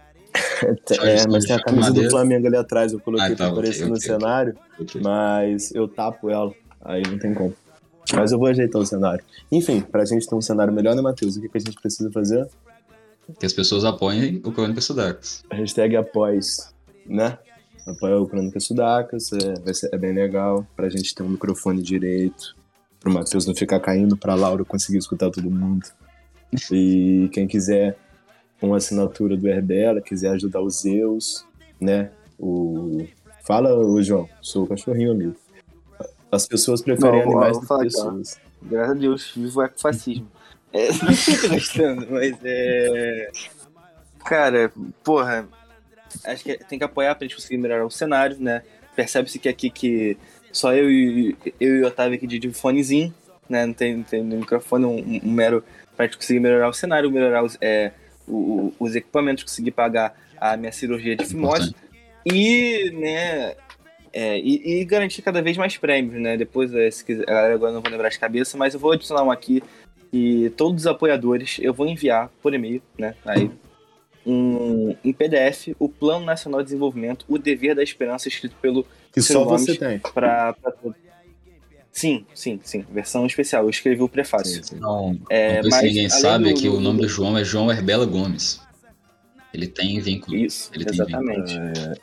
É, mas tem a camisa do Flamengo ali atrás. Eu coloquei ah, tá, pra aparecer okay, no okay, cenário. Okay. Mas eu tapo ela. Aí não tem como. Mas eu vou ajeitar o cenário. Enfim, pra gente ter um cenário melhor, né, Matheus? O que, que a gente precisa fazer? Que as pessoas apoiem o Crônicas Sudacas. Hashtag após, né? Apoia o Crônicas Sudacas, é, vai ser, é bem legal pra gente ter um microfone direito, pro Matheus não ficar caindo, pra Laura conseguir escutar todo mundo. E quem quiser uma assinatura do Herbela, quiser ajudar os Zeus, né? O... Fala, ô João, sou o cachorrinho, amigo. As pessoas preferem não, animais do que pessoas. Cara. Graças a Deus, vivo o ecofascismo. É, não tô gostando, mas é... Cara, porra, acho que tem que apoiar pra gente conseguir melhorar o cenário, né? Percebe-se que aqui que só eu e, eu e o Otávio aqui de fonezinho, né? Não tem, não tem microfone, um, um mero pra gente conseguir melhorar o cenário, melhorar os, é, o, os equipamentos, conseguir pagar a minha cirurgia de fimose e, né... É, e, e garantir cada vez mais prêmios, né? Depois, se quiser, agora eu não vou lembrar de cabeça, mas eu vou adicionar um aqui. E todos os apoiadores, eu vou enviar por e-mail, né, aí, um, em P D F, o Plano Nacional de Desenvolvimento, o Dever da Esperança, escrito pelo... Que só você tem. Pra, pra todo. Sim, sim, sim, versão especial, eu escrevi o prefácio. Sim, sim. Não, é, não mas, se ninguém sabe, do, é que do, o nome do João é João Herbela Gomes. Ele tem vínculo. Isso, ele exatamente. Tem vínculo.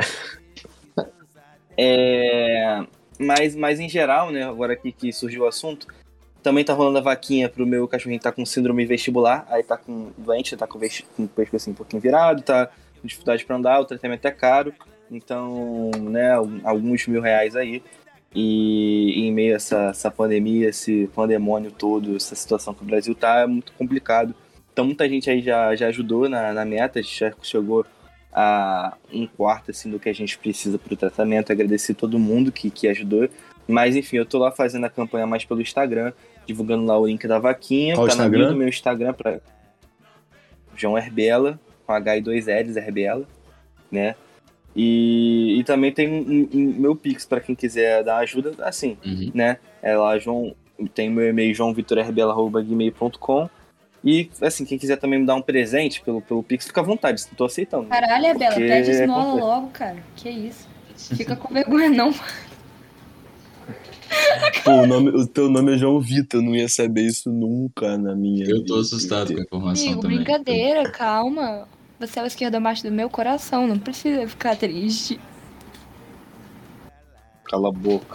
É, mas, mas em geral, né, agora aqui que surgiu o assunto, também tá rolando a vaquinha pro meu cachorrinho que tá com síndrome vestibular, aí tá com doente, tá com, vesti- com o pescoço assim, um pouquinho virado, tá com dificuldade pra andar, o tratamento é caro, então, né, alguns mil reais aí, e em meio a essa, essa pandemia, esse pandemônio todo, essa situação que o Brasil tá, é muito complicado. Então muita gente aí já, já ajudou na, na meta, a gente já chegou a um quarto assim, do que a gente precisa pro tratamento, agradecer todo mundo que, que ajudou. Mas enfim, eu tô lá fazendo a campanha mais pelo Instagram, divulgando lá o link da vaquinha. Qual tá Instagram? na bio do meu Instagram pra João Herbela, com H e dois L's, Herbela, né? E, e também tem um, um, meu Pix pra quem quiser dar ajuda, assim, uhum. né? É lá, João, tem meu e-mail joão vitor herbela arroba gmail ponto com E, assim, quem quiser também me dar um presente pelo, pelo Pix, fica à vontade, tô aceitando. Caralho, é Bela, Porque pede é esmola complexo. logo, cara. Que isso? Fica com vergonha, não. Pô, o, nome, o teu nome é João Vitor, eu não ia saber isso nunca na minha Eu tô vida assustado com a inteira. informação Amigo, também. brincadeira, calma. Você é o esquerdomacho do meu coração, não precisa ficar triste. Cala a boca.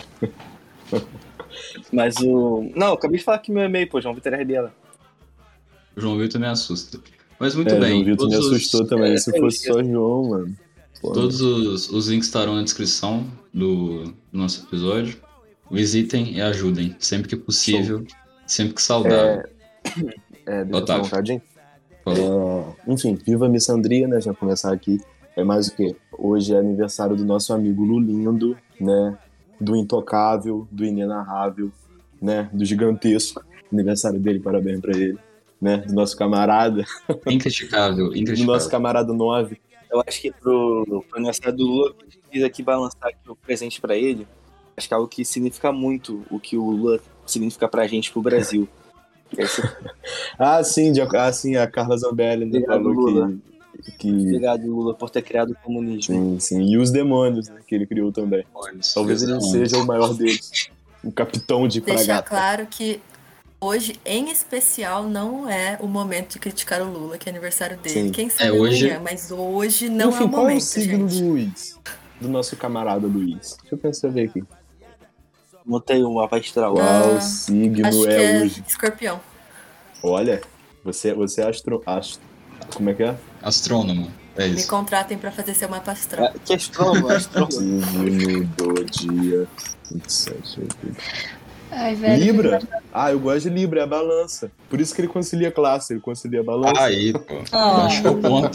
Mas o... Não, eu acabei de falar que meu e-mail, pô, João Vitor R B L. O João Vitor me assusta. Mas muito É, bem. João Vitor me todos os- assustou também. Se eu fosse esqueço. só João, mano. Pô, Todos os, os links estarão na descrição do, do nosso episódio. Visitem e ajudem, sempre que possível, sempre que saudável. É, deixa eu falar Otávio. um bocadinho. Por favor. É, enfim, viva Missandria, né? Já começar aqui. É mais o quê? Hoje é aniversário do nosso amigo Lulindo, né? Do intocável, do inenarrável, né? Do gigantesco. Aniversário dele, parabéns pra ele. Né? Do nosso camarada, Incriticável, do incriticável. nosso camarada nove. Eu acho que pro, pro aniversário do Lula, eu quis aqui balançar aqui o presente pra ele. Acho que é algo que significa muito o que o Lula significa pra gente, pro Brasil. Que é esse- Ah, sim, de- ah, sim, a Carla Zambelli né, Obrigado, falou Lula. que, que. Obrigado, Lula, por ter criado o comunismo. Sim, sim. E os demônios, né? Que ele criou também. Talvez ele seja o maior deles. O capitão de Deixar Fragata. claro que hoje, em especial, não é o momento de criticar o Lula, que é aniversário dele. Sim. Quem sabe É, hoje- amanhã, mas hoje não Enfim, é o qual é o momento, signo gente. do Luiz? Do nosso camarada Luiz. Deixa eu pensar ver aqui. Botei o mapa astral. Qual Ah, signo Acho que é é hoje? escorpião. Olha, você, você é astro, astro. Como é que é? Astrônomo, é Me isso. contratem pra fazer seu mapa astral. É, que astrônomo, astrônomo. Signo do dia vinte e sete. Ai, velho. Libra? Ah, eu gosto de Libra, é a balança. Por isso que ele concilia classe, ele concilia a balança. Aí, pô. Ah. Achou o ponto.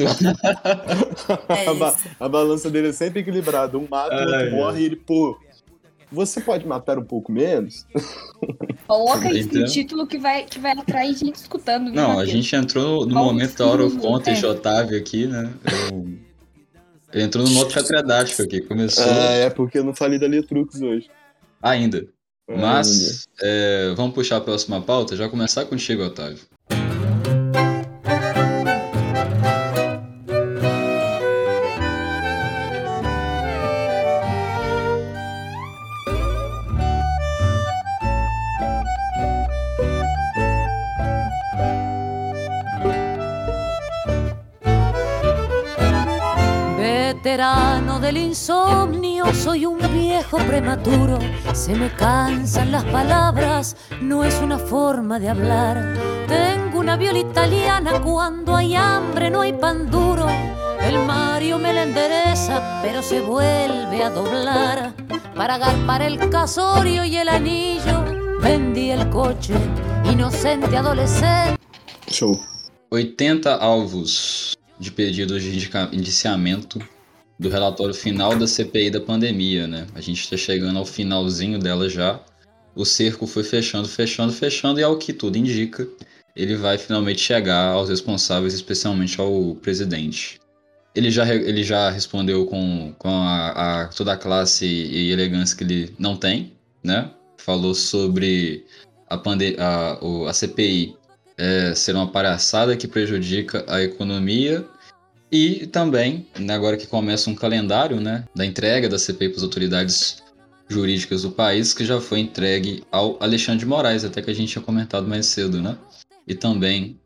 É a, ba- isso. a balança dele é sempre equilibrada. Um mata, o outro Ai, morre e ele, pô. Você pode matar um pouco menos? Coloca isso no Então- título que vai, que vai atrair gente escutando. viu, Não, a Matheus? gente entrou no Qual momento da hora of signo? contest É. Otávio aqui, né? Eu... Ele entrou no modo catedrático aqui. Começou Ah, é porque eu não falei da Letrux hoje. ainda. Ah, Mas é, vamos puxar a próxima pauta. Já começar contigo, Otávio. Veterano del insomnio, soy un viejo prematuro. Se me cansan las palabras, no es una forma de hablar. Tengo una viola italiana, cuando hay hambre no hay pan duro. El Mario me la endereza, pero se vuelve a doblar. Para agarpar el casorio y el anillo, vendí el coche, inocente adolescente. Show. oitenta alvos de pedidos de indica- indiciamento do relatório final da C P I da pandemia, né? A gente está chegando ao finalzinho dela já. O cerco foi fechando, fechando, fechando, e ao que tudo indica, ele vai finalmente chegar aos responsáveis, especialmente ao presidente. Ele já, re- ele já respondeu com, com a, a- toda a classe e elegância que ele não tem, né? Falou sobre a, pande- a, o- a C P I é, ser uma palhaçada que prejudica a economia. E também, né, agora que começa um calendário, né, da entrega da C P I para as autoridades jurídicas do país, que já foi entregue ao Alexandre de Moraes, até que a gente tinha comentado mais cedo, né? E também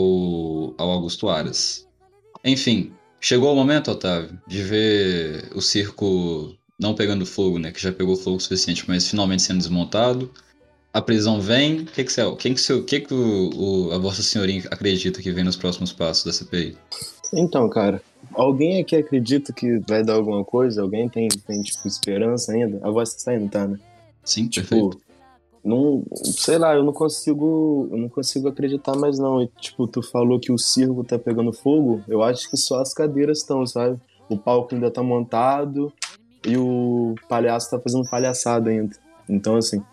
ao, ao Augusto Aras. Enfim, chegou o momento, Otávio, de ver o circo não pegando fogo, né? Que já pegou fogo o suficiente, mas finalmente sendo desmontado. A prisão vem. O que, que, você, quem que, seu, que, que o, o, a Vossa Senhoria acredita que vem nos próximos passos da C P I? Então, cara, alguém aqui acredita que vai dar alguma coisa? Alguém tem, tem tipo, esperança ainda? A voz tá saindo, tá, né? Sim, Tipo, perfeito. não, sei lá, eu não consigo, eu não consigo acreditar mais não. E, tipo, tu falou que o circo tá pegando fogo, eu acho que só as cadeiras estão, sabe? O palco ainda tá montado e o palhaço tá fazendo palhaçada ainda. Então, assim,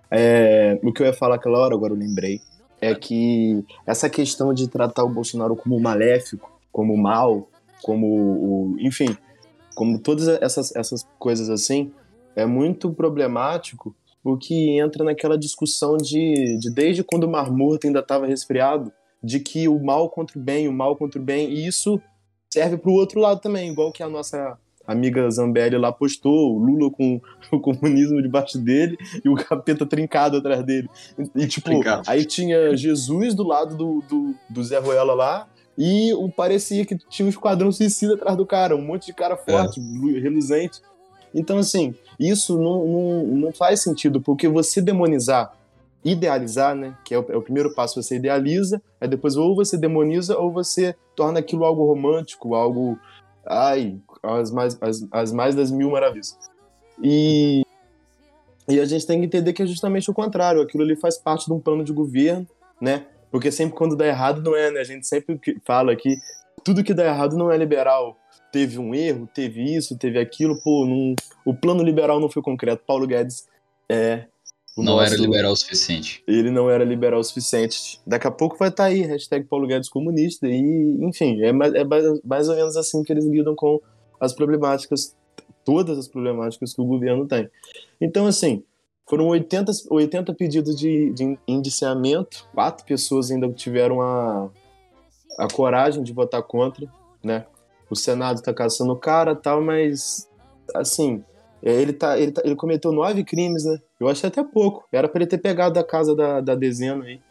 é, o que eu ia falar aquela hora, agora eu lembrei, é que essa questão de tratar o Bolsonaro como maléfico, como mal, como, o, enfim, como todas essas, essas coisas assim, é muito problemático, porque entra naquela discussão de, de desde quando o Mar Morto ainda estava resfriado, de que o mal contra o bem, o mal contra o bem, e isso serve pro outro lado também, igual que a nossa amiga Zambelli lá postou, o Lula com o comunismo debaixo dele e o capeta trincado atrás dele. E, tipo, trincado. Aí tinha Jesus do lado do, do, do Zé Ruela lá, e o, parecia que tinha um esquadrão suicida atrás do cara, um monte de cara forte, é. reluzente. Então, assim, isso não, não, não faz sentido, porque você demonizar, idealizar, né, que é o, é o primeiro passo, você idealiza, aí depois ou você demoniza ou você torna aquilo algo romântico, algo... Ai, as mais, as, as mais das mil maravilhas. E, e a gente tem que entender que é justamente o contrário. Aquilo ali faz parte de um plano de governo, né? Porque sempre quando dá errado não é, né? A gente sempre fala que tudo que dá errado não é liberal. Teve um erro, teve isso, teve aquilo. Pô, não, o plano liberal não foi concreto. Paulo Guedes é... Não nosso, era liberal o suficiente. Ele não era liberal o suficiente. Daqui a pouco vai estar aí, hashtag Paulo Guedes comunista. E, enfim, é mais, é mais ou menos assim que eles lidam com as problemáticas, todas as problemáticas que o governo tem. Então, assim, foram oitenta, oitenta pedidos de, de indiciamento, quatro pessoas ainda tiveram a, a coragem de votar contra, né? O Senado está caçando o cara e tal, mas, assim... Ele, tá, ele, tá, ele cometeu nove crimes, né? Eu achei até pouco. Era pra ele ter pegado a casa da, da dezena aí.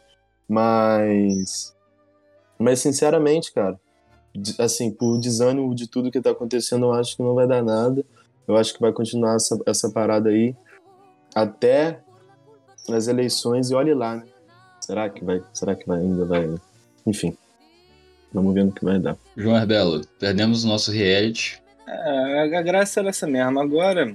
Mas... Mas, sinceramente, cara, assim, por desânimo de tudo que tá acontecendo, eu acho que não vai dar nada. Eu acho que vai continuar essa, essa parada aí até as eleições e olhe lá, né? Será que vai? Será que vai ainda vai? Enfim. Vamos ver no que vai dar. João Herbelo, perdemos o nosso reality. É, a graça era essa mesmo. Agora,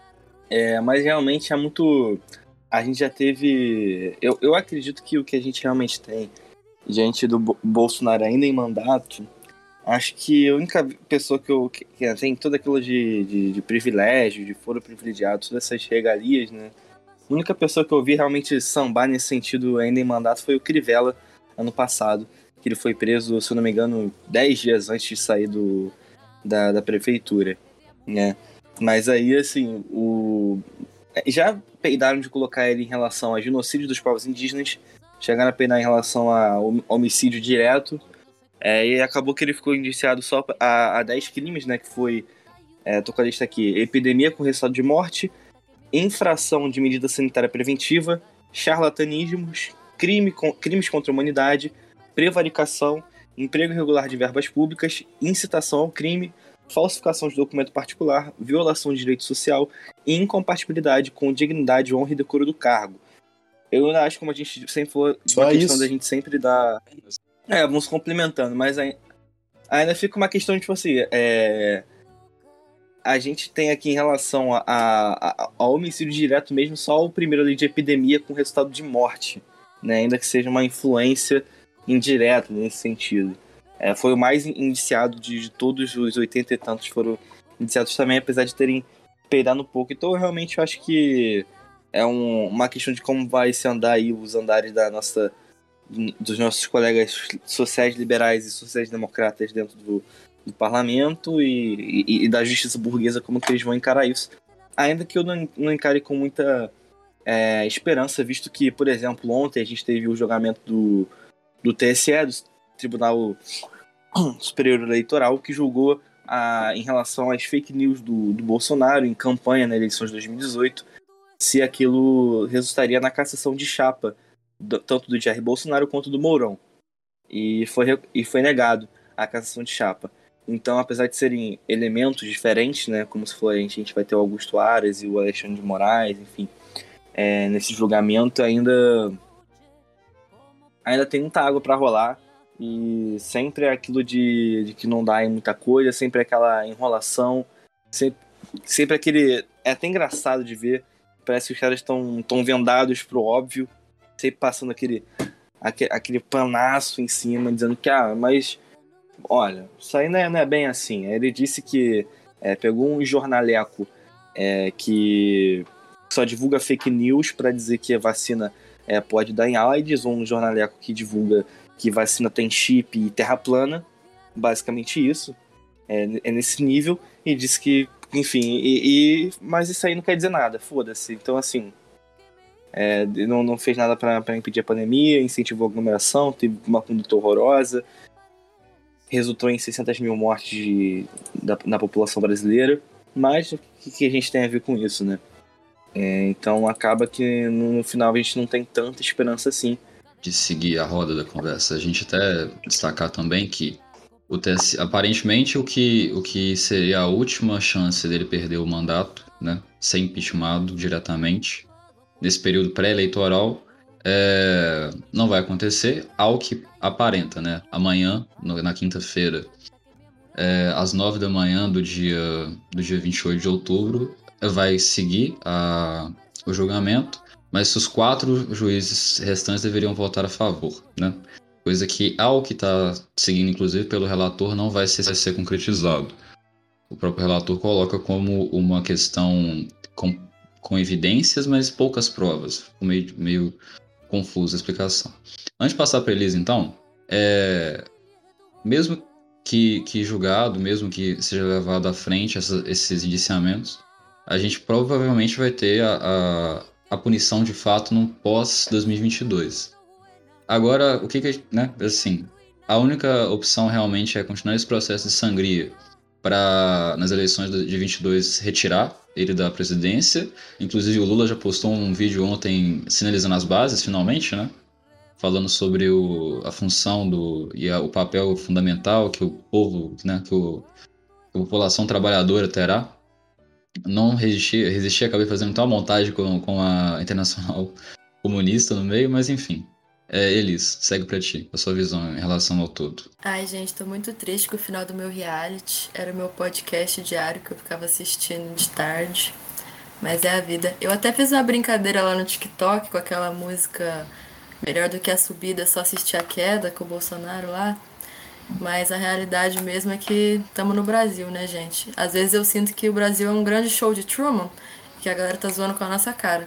é, mas realmente é muito... A gente já teve... Eu, eu acredito que o que a gente realmente tem diante do Bolsonaro ainda em mandato, acho que a única pessoa que, eu, que, que tem tudo aquilo de, de, de privilégio, de foro privilegiado, todas essas regalias, né? A única pessoa que eu vi realmente sambar nesse sentido ainda em mandato foi o Crivella, ano passado, que ele foi preso, se eu não me engano, dez dias antes de sair do... Da, da prefeitura, né? Mas aí, assim, o... já peidaram de colocar ele em relação a genocídio dos povos indígenas, chegaram a peidar em relação a homicídio direto, é, e acabou que ele ficou indiciado só a, a dez crimes, né? Que foi, é, tô com a lista aqui, epidemia com resultado de morte, infração de medida sanitária preventiva, charlatanismos, crime, crimes contra a humanidade, prevaricação, emprego irregular de verbas públicas, incitação ao crime, falsificação de documento particular, violação de direito social e incompatibilidade com dignidade, honra e decoro do cargo. Eu acho, como a gente sempre falou, Só uma isso. questão da gente sempre dar... É, vamos complementando, mas ainda fica uma questão de, tipo assim, é... a gente tem aqui em relação a, a, a homicídio direto mesmo só o primeiro ali de epidemia com resultado de morte, né? Ainda que seja uma influência indireta nesse sentido. É, foi o mais indiciado de, de todos os oitenta e tantos foram indiciados também, apesar de terem peidado um pouco. Então, eu realmente acho que é um, uma questão de como vai se andar aí os andares da nossa, dos nossos colegas sociais liberais e sociais democratas dentro do, do parlamento e, e, e da justiça burguesa, como que eles vão encarar isso. Ainda que eu não, não encare com muita é, esperança, visto que, por exemplo, ontem a gente teve o julgamento do do T S E, do Tribunal Superior Eleitoral, que julgou a, em relação às fake news do, do Bolsonaro em campanha na eleição de dois mil e dezoito, se aquilo resultaria na cassação de chapa, do, tanto do Jair Bolsonaro quanto do Mourão. E foi, e foi negado a cassação de chapa. Então, apesar de serem elementos diferentes, né, como se for, a gente, a gente vai ter o Augusto Aras e o Alexandre de Moraes, enfim, é, nesse julgamento ainda... ainda tem muita água para rolar e sempre é aquilo de, de que não dá em muita coisa, sempre é aquela enrolação, sempre, sempre aquele... É até engraçado de ver, parece que os caras estão tão vendados pro óbvio, sempre passando aquele, aquele, aquele panaço em cima, dizendo que, ah, mas, olha, isso aí não é, não é bem assim. Ele disse que é, pegou um jornaleco é, que só divulga fake news para dizer que a vacina... É, pode dar em AIDS, ou um jornaleco que divulga que vacina tem chip e terra plana, basicamente isso, é, é nesse nível, e diz que, enfim, e, e, mas isso aí não quer dizer nada, foda-se. Então, assim, É, não, não fez nada para impedir a pandemia, incentivou a aglomeração, teve uma conduta horrorosa, resultou em seiscentas mil mortes de, da, na população brasileira. Mas o que, que a gente tem a ver com isso, né? É, então acaba que no, no final a gente não tem tanta esperança assim. De seguir a roda da conversa, a gente até destacar também que o T S, aparentemente o que, o que seria a última chance dele perder o mandato, né, ser impeachmentado diretamente nesse período pré-eleitoral, é, não vai acontecer, ao que aparenta, né? Amanhã, no, na quinta-feira, é, às nove da manhã do dia, do dia vinte e oito de outubro, vai seguir a, o julgamento, mas os quatro juízes restantes deveriam votar a favor, né? Coisa que, ao que está seguindo, inclusive, pelo relator, não vai ser, ser concretizado. O próprio relator coloca como uma questão com, com evidências, mas poucas provas. Ficou meio, meio confusa a explicação. Antes de passar para a Elisa, então, é, mesmo que, que julgado, mesmo que seja levado à frente essa, esses indiciamentos, a gente provavelmente vai ter a, a, a punição de fato no pós dois mil e vinte e dois. Agora, o que que, né, assim, a única opção realmente é continuar esse processo de sangria para, nas eleições de vinte e dois, retirar ele da presidência. Inclusive o Lula já postou um vídeo ontem sinalizando as bases, finalmente, né? Falando sobre o, a função do, e a, o papel fundamental que o povo, né, que o, a população trabalhadora terá. Não resisti, resisti, acabei fazendo tal montagem com, com a Internacional Comunista no meio, mas enfim. É, Elis, segue pra ti, a sua visão em relação ao todo. Ai, gente, tô muito triste com o final do meu reality. Era o meu podcast diário que eu ficava assistindo de tarde. Mas é a vida. Eu até fiz uma brincadeira lá no TikTok com aquela música Melhor do que a Subida, só assistir a queda com o Bolsonaro lá. Mas a realidade mesmo é que estamos no Brasil, né, gente? Às vezes eu sinto que o Brasil é um grande show de Truman, que a galera tá zoando com a nossa cara.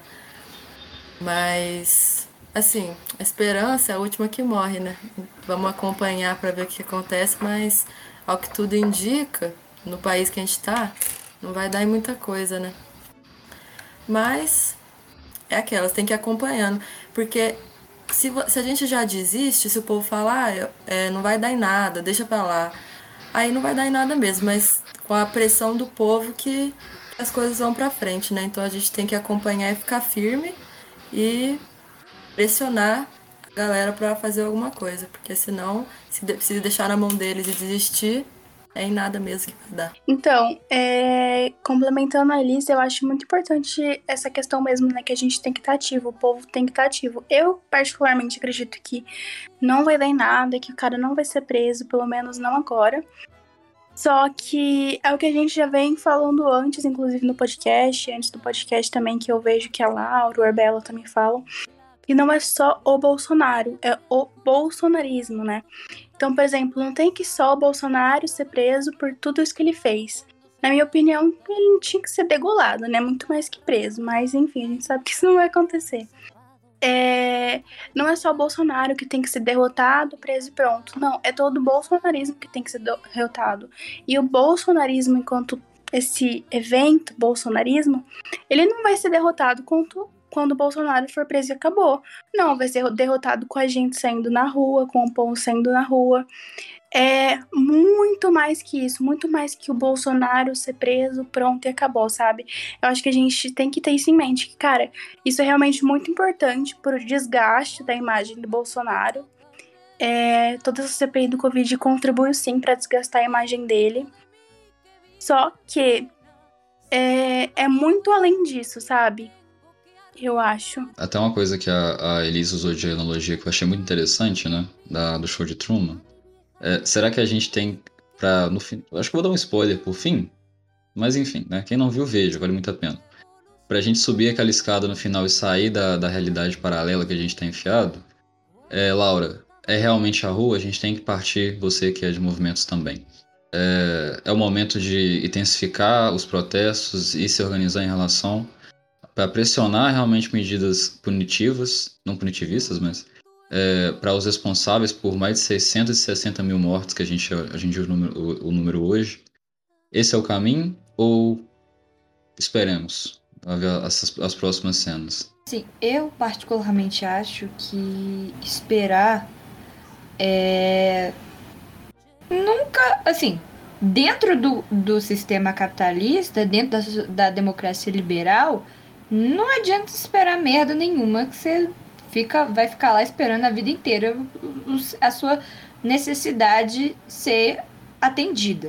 Mas, assim, a esperança é a última que morre, né? Vamos acompanhar pra ver o que acontece, mas ao que tudo indica, no país que a gente tá, não vai dar em muita coisa, né? Mas é aquelas, tem que ir acompanhando, porque Se, se a gente já desiste, se o povo falar, ah, é, não vai dar em nada, deixa pra lá, aí não vai dar em nada mesmo, mas com a pressão do povo que as coisas vão pra frente, né? Então a gente tem que acompanhar e ficar firme e pressionar a galera pra fazer alguma coisa, porque senão, se, de, se deixar na mão deles e desistir, é em nada mesmo que vai dar. Então, é, complementando a Elisa, eu acho muito importante essa questão mesmo, né, que a gente tem que estar ativo, o povo tem que estar ativo. Eu, particularmente, acredito que não vai dar em nada, que o cara não vai ser preso, pelo menos não agora. Só que é o que a gente já vem falando antes, inclusive no podcast, antes do podcast também, que eu vejo que a Laura, o Arbella também falam, que não é só o Bolsonaro, é o bolsonarismo, né? Então, por exemplo, não tem que só o Bolsonaro ser preso por tudo isso que ele fez. Na minha opinião, ele não tinha que ser degolado, né? Muito mais que preso. Mas, enfim, a gente sabe que isso não vai acontecer. É... Não é só o Bolsonaro que tem que ser derrotado, preso e pronto. Não, é todo o bolsonarismo que tem que ser derrotado. E o bolsonarismo, enquanto esse evento, bolsonarismo, ele não vai ser derrotado quanto... quando o Bolsonaro for preso e acabou. Não, vai ser derrotado com a gente saindo na rua, com o povo saindo na rua. É muito mais que isso, muito mais que o Bolsonaro ser preso, pronto e acabou, sabe? Eu acho que a gente tem que ter isso em mente, que, cara, isso é realmente muito importante pro desgaste da imagem do Bolsonaro. É, toda essa C P I do Covid contribui sim pra desgastar a imagem dele. Só que é, é muito além disso, sabe? Eu acho. Até uma coisa que a, a Elisa usou de analogia que eu achei muito interessante, né? Da, do show de Truman. É, será que a gente tem pra, no fim... Acho que vou dar um spoiler por fim. Mas enfim, né? Quem não viu, veja, vale muito a pena. Pra gente subir aquela escada no final e sair da, da realidade paralela que a gente tá enfiado, é, Laura, é realmente a rua? A gente tem que partir, você que é de movimentos também. É, é o momento de intensificar os protestos e se organizar em relação... para pressionar realmente medidas punitivas, não punitivistas, mas é, para os responsáveis por mais de seiscentos e sessenta mil mortes que a gente, a gente viu o número, o, o número hoje. Esse é o caminho ou esperemos? a ver as, as próximas cenas. Sim, eu particularmente acho que esperar é... nunca, assim, dentro do, do sistema capitalista, dentro da, da democracia liberal, não adianta esperar merda nenhuma, que você fica, vai ficar lá esperando a vida inteira a sua necessidade ser atendida.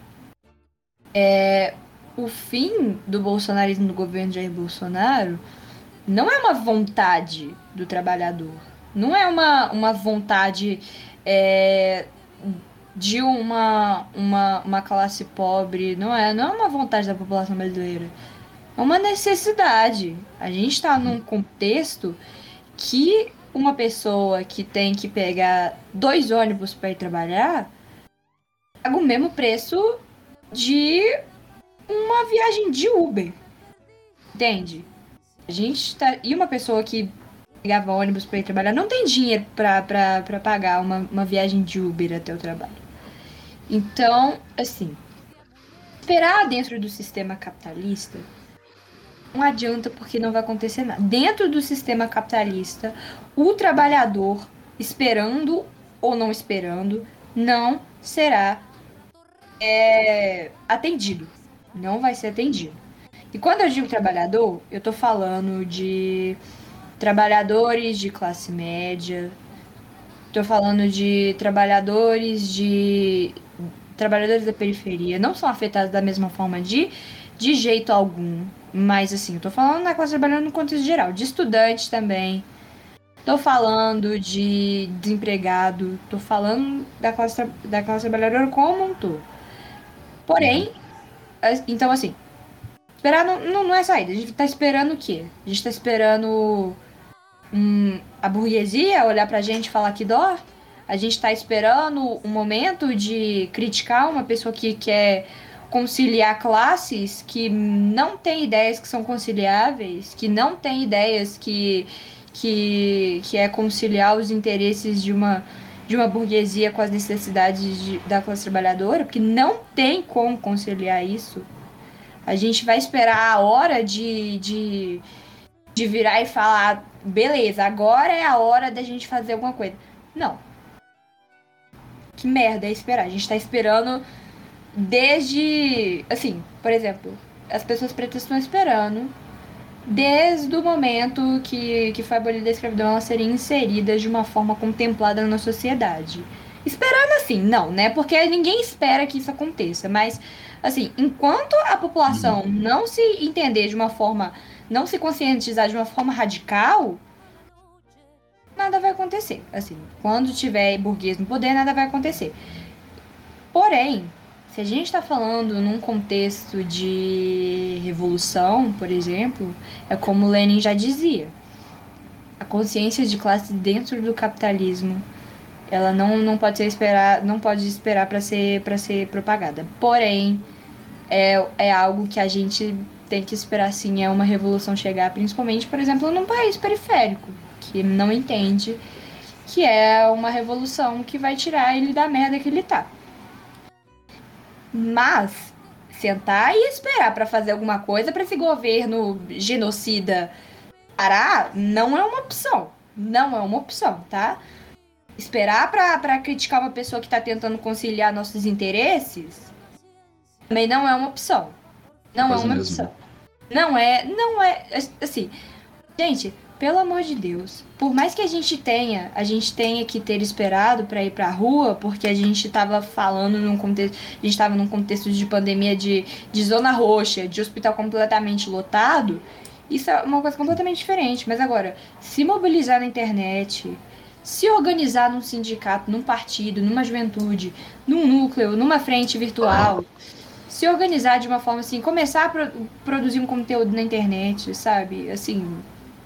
É, o fim do bolsonarismo do governo Jair Bolsonaro não é uma vontade do trabalhador, não é uma, uma vontade é, de uma, uma, uma classe pobre, não é, não é uma vontade da população brasileira, é uma necessidade. A gente está num contexto que uma pessoa que tem que pegar dois ônibus para ir trabalhar paga o mesmo preço de uma viagem de Uber, entende? A gente tá... E uma pessoa que pegava ônibus para ir trabalhar não tem dinheiro para pagar uma, uma viagem de Uber até o trabalho. Então, assim, esperar dentro do sistema capitalista não adianta, porque não vai acontecer nada. Dentro do sistema capitalista, o trabalhador, esperando ou não esperando, não será é, atendido. Não vai ser atendido. E quando eu digo trabalhador, eu tô falando de trabalhadores de classe média, tô falando de trabalhadores de trabalhadores da periferia, não são afetados da mesma forma de, de jeito algum, mas assim, eu tô falando na classe trabalhando no contexto geral, de estudante também, tô falando de desempregado, tô falando da classe, da classe trabalhadora como um todo. Porém, então assim, esperar não, não, não é saída. A gente tá esperando o quê? A gente tá esperando hum, a burguesia olhar pra gente e falar que dó? A gente tá esperando um momento de criticar uma pessoa que quer conciliar classes, que não tem ideias que são conciliáveis, que não tem ideias que, que, que é conciliar os interesses de uma, de uma burguesia com as necessidades de, da classe trabalhadora, porque não tem como conciliar isso. A gente vai esperar a hora de, de, de virar e falar, beleza, agora é a hora da gente fazer alguma coisa. Não. Que merda é esperar. A gente tá esperando desde... Assim, por exemplo, as pessoas pretas estão esperando desde o momento que, que foi abolida a escravidão, elas seriam inseridas de uma forma contemplada na sociedade. Esperando assim, não, né? Porque ninguém espera que isso aconteça, mas... Assim, enquanto a população não se entender de uma forma, não se conscientizar de uma forma radical, nada vai acontecer. Assim, quando tiver burguês no poder, nada vai acontecer. Porém, se a gente está falando num contexto de revolução, por exemplo, é como Lenin já dizia, a consciência de classe dentro do capitalismo, ela não, não pode ser esperar, não pode esperar para ser, para ser propagada. Porém, é, é algo que a gente tem que esperar, sim, é uma revolução chegar, principalmente, por exemplo, num país periférico, que não entende que é uma revolução que vai tirar ele da merda que ele tá. Mas sentar e esperar para fazer alguma coisa para esse governo genocida parar não é uma opção. Não é uma opção, tá? Esperar pra, pra criticar uma pessoa que tá tentando conciliar nossos interesses também não é uma opção. Não é uma opção. Não é, não é, assim, gente, pelo amor de Deus, por mais que a gente tenha, a gente tenha que ter esperado pra ir pra rua, porque a gente tava falando num contexto, a gente tava num contexto de pandemia de, de zona roxa, de hospital completamente lotado, isso é uma coisa completamente diferente. Mas agora, se mobilizar na internet, se organizar num sindicato, num partido, numa juventude, num núcleo, numa frente virtual, se organizar de uma forma assim, começar a pro- produzir um conteúdo na internet, sabe? Assim,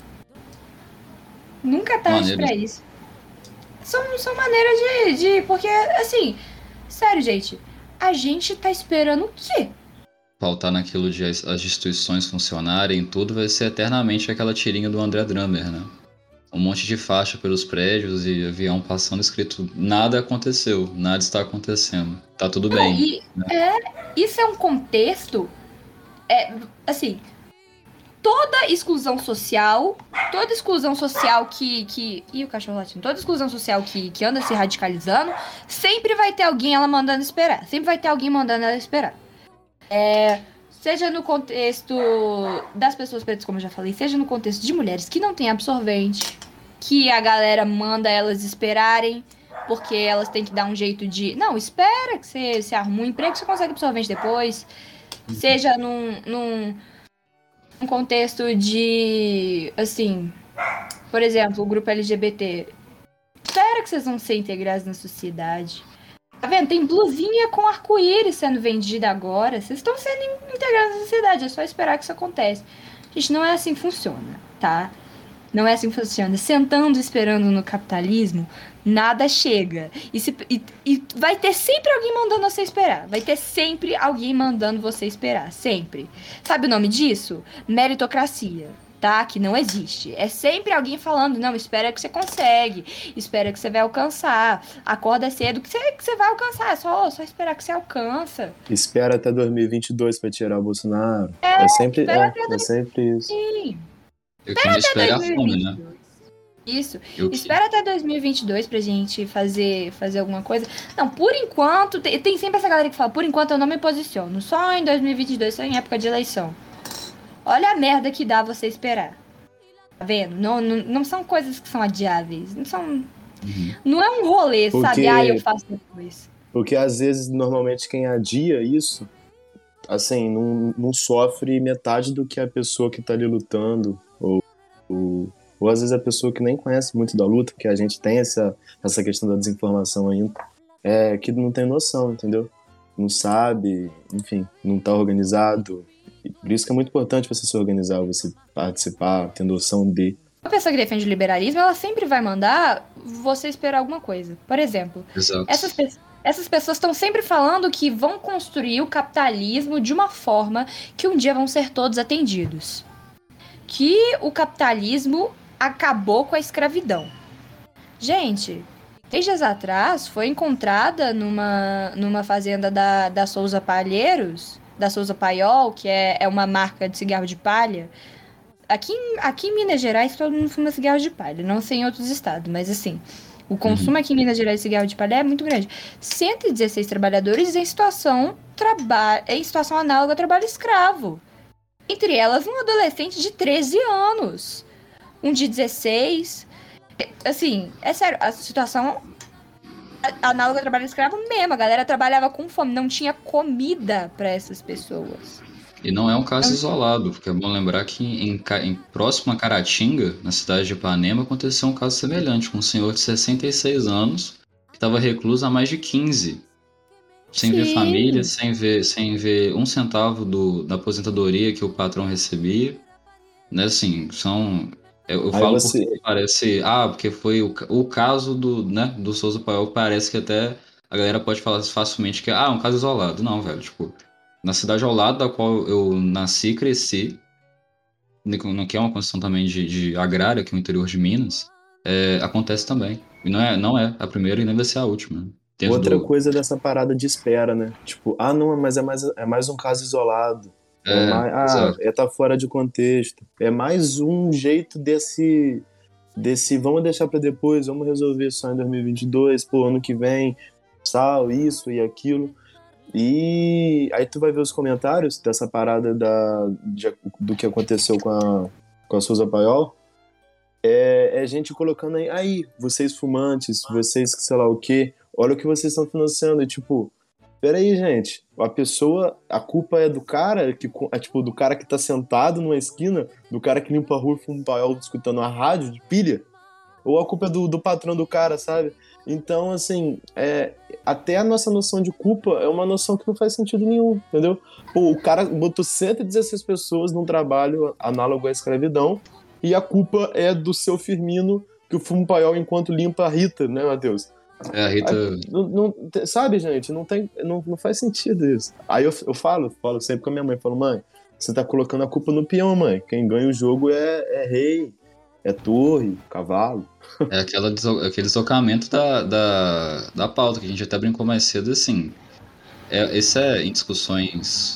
nunca é tarde Maneiro. pra isso. São, são maneiras de, de... Porque, assim, sério, gente, a gente tá esperando o quê? Faltar naquilo de as, as instituições funcionarem, tudo vai ser eternamente aquela tirinha do André Drummer, né? Um monte de faixa pelos prédios e avião passando escrito nada aconteceu, nada está acontecendo, tá tudo Não, bem. e né? é, isso é um contexto, é, assim, toda exclusão social, toda exclusão social que... que ih, o cachorro latindo. Toda exclusão social que, que anda se radicalizando, sempre vai ter alguém ela mandando esperar. Sempre vai ter alguém mandando ela esperar. É, seja no contexto das pessoas pretas, como eu já falei, seja no contexto de mulheres que não têm absorvente, que a galera manda elas esperarem, porque elas têm que dar um jeito de... Não, espera que você, você arruma um emprego que você consegue absorvente depois. Seja num... num um contexto de, assim, por exemplo, o grupo L G B T. Espera que vocês vão ser integrados na sociedade. Tá vendo? Tem blusinha com arco-íris sendo vendida agora. Vocês estão sendo integrados na sociedade. É só esperar que isso aconteça. Gente, não é assim que funciona, tá? Não é assim que funciona. Sentando esperando no capitalismo, nada chega. E, se, e, e vai ter sempre alguém mandando você esperar. Vai ter sempre alguém mandando você esperar. Sempre. Sabe o nome disso? Meritocracia. Tá? Que não existe. É sempre alguém falando, não, espera que você consegue. Espera que você vai alcançar. Acorda cedo que você, que você vai alcançar. É só, só esperar que você alcança. Espera até dois mil e vinte e dois pra tirar o Bolsonaro. É, é sempre, é, é sempre isso. Sim. Eu queria esperar a fome, né? Isso. Eu Espera até dois mil e vinte e dois pra gente fazer, fazer alguma coisa. Não, por enquanto, tem, tem sempre essa galera que fala, por enquanto eu não me posiciono. Só em dois mil e vinte e dois, só em época de eleição. Olha a merda que dá você esperar. Tá vendo? Não, não, não são coisas que são adiáveis. Não são... Uhum. Não é um rolê, porque, sabe? Ah, eu faço depois. Porque às vezes, normalmente, quem adia isso, assim, não, não sofre metade do que a pessoa que tá ali lutando. Ou, ou, ou às vezes a pessoa que nem conhece muito da luta, porque a gente tem essa, essa questão da desinformação ainda, é que não tem noção, entendeu? Não sabe, enfim, não tá organizado. Por isso que é muito importante você se organizar, você participar, ter noção de... Uma pessoa que defende o liberalismo, ela sempre vai mandar você esperar alguma coisa. Por exemplo, Exato. essas, pe- essas pessoas estão sempre falando que vão construir o capitalismo de uma forma que um dia vão ser todos atendidos. Que o capitalismo acabou com a escravidão. Gente, três dias atrás foi encontrada numa, numa fazenda da, da Souza Palheiros... da Souza Paiol, que é, é uma marca de cigarro de palha. Aqui, em- aqui em Minas Gerais, todo mundo fuma cigarro de palha. Não sei em outros estados, mas assim, o consumo Uhum. aqui em Minas Gerais de cigarro de palha é muito grande. cento e dezesseis trabalhadores em situação, traba- em situação análoga ao trabalho escravo. Entre elas, um adolescente de treze anos. Um de dezesseis. É, Assim, é sério, a situação análoga ao trabalho escravo mesmo. A galera trabalhava com fome, não tinha comida para essas pessoas. E não é um caso isolado, porque é bom lembrar que em, Ca- em próximo a Caratinga, na cidade de Ipanema, aconteceu um caso semelhante, com um senhor de sessenta e seis anos, que estava recluso há mais de quinze. Sem ver Sim. família, sem ver, sem ver um centavo do, da aposentadoria que o patrão recebia. Né, assim, são... Eu, eu Aí falo você- porque parece... Ah, porque foi o, ca- o caso do, né, do Souza Paiol, parece que até a galera pode falar facilmente que ah, é um caso isolado. Não, velho, tipo... Na cidade ao lado da qual eu nasci e cresci, no que é uma construção também de, de agrária, que é o interior de Minas, é, acontece também. E não é, não é a primeira e nem vai ser a última. Né? Dentro Outra do- coisa dessa parada de espera, né? Tipo, ah, não, mas é mais, é mais um caso isolado. É, É, mais, ah, exato. é tá fora de contexto. É mais um jeito desse, desse vamos deixar pra depois, vamos resolver só em dois mil e vinte e dois, pô, ano que vem, sal, isso e aquilo. E aí tu vai ver os comentários dessa parada da, de- do que aconteceu com a, com a Souza Paiol. É, é gente colocando aí, aí, vocês fumantes, vocês que sei lá o quê, olha o que vocês estão financiando. E tipo, peraí, gente, a pessoa, a culpa é do cara, que, é, tipo, do cara que tá sentado numa esquina, do cara que limpa a rua e fuma um paiol escutando a rádio de pilha? Ou a culpa é do, do patrão do cara, sabe? Então, assim, é, até a nossa noção de culpa é uma noção que não faz sentido nenhum, entendeu? Pô, o cara botou cento e dezesseis pessoas num trabalho análogo à escravidão e a culpa é do seu Firmino que fuma um paiol enquanto limpa a Rita, né, Matheus? É, a Rita... Aí, não, não- sabe, gente, não, tem, não, não faz sentido isso. Aí eu, eu falo, falo sempre com a minha mãe, falo, mãe, você tá colocando a culpa no peão, mãe. Quem ganha o jogo é, é rei, é torre, cavalo. É aquela, deso- aquele deslocamento da, da, da pauta, que a gente até brincou mais cedo, assim. É, esse é em discussões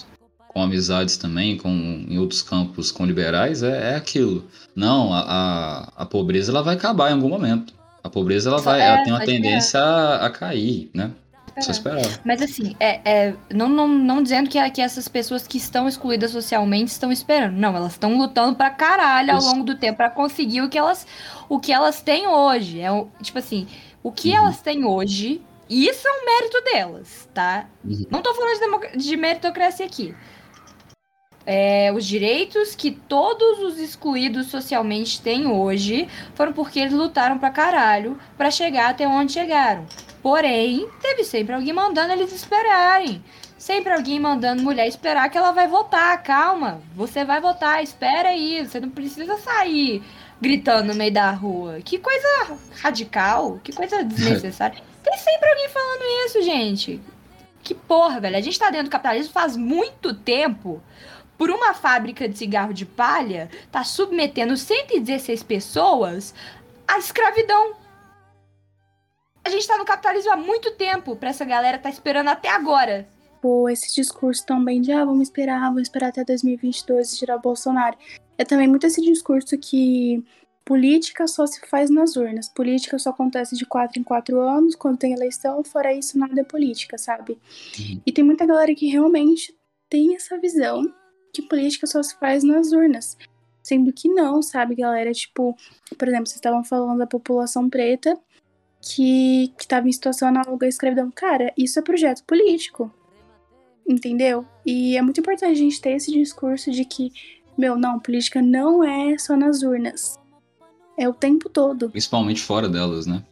com amizades também, com, em outros campos com liberais, é, é aquilo. Não, a, a, a pobreza ela vai acabar em algum momento. A pobreza ela, vai, É, ela tem uma pode tendência a, a cair, né? É. Só esperar. Mas assim, é, é, não, não, não dizendo que, que essas pessoas que estão excluídas socialmente estão esperando. Não, elas estão lutando pra caralho ao Isso. longo do tempo pra conseguir o que elas, o que elas têm hoje. É, o- tipo assim, o que Uhum. elas têm hoje, isso é um mérito delas, tá? Uhum. Não tô falando de, democ- de meritocracia aqui. É, os direitos que todos os excluídos socialmente têm hoje foram porque eles lutaram pra caralho pra chegar até onde chegaram. Porém, teve sempre alguém mandando eles esperarem. Sempre alguém mandando mulher esperar que ela vai votar. Calma, você vai votar, espera aí. Você não precisa sair gritando no meio da rua. Que coisa radical, que coisa desnecessária. Tem sempre alguém falando isso, gente. Que porra, velho. A gente tá dentro do capitalismo faz muito tempo. Por uma fábrica de cigarro de palha, tá submetendo cento e dezesseis pessoas à escravidão. A gente tá no capitalismo há muito tempo, pra essa galera tá esperando até agora. Pô, esse discurso também de, ah, vamos esperar, vamos esperar até dois mil e vinte e dois e tirar o Bolsonaro. É também muito esse discurso que política só se faz nas urnas. Política só acontece de quatro em quatro anos, quando tem eleição, fora isso, nada é política, sabe? E tem muita galera que realmente tem essa visão que política só se faz nas urnas. Sendo que não, sabe, galera? Tipo, por exemplo, vocês estavam falando da população preta que, que tava em situação análoga à escravidão. Cara, isso é projeto político. Entendeu? E é muito importante a gente ter esse discurso de que, meu, não, política não é só nas urnas. É o tempo todo. Principalmente fora delas, né?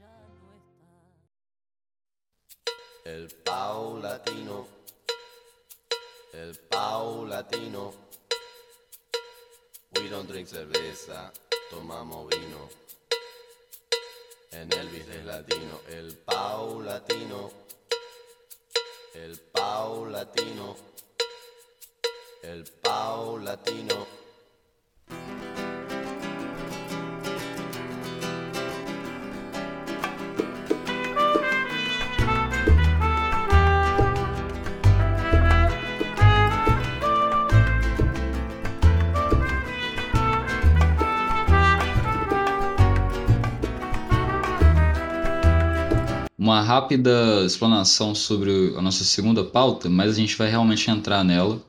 El Pau Latino, el Pau Latino. We don't drink cerveza, tomamos vino. En Elvis es latino, el Pau Latino, el Pau Latino, el Pau Latino. Uma rápida explanação sobre a nossa segunda pauta, mas a gente vai realmente entrar nela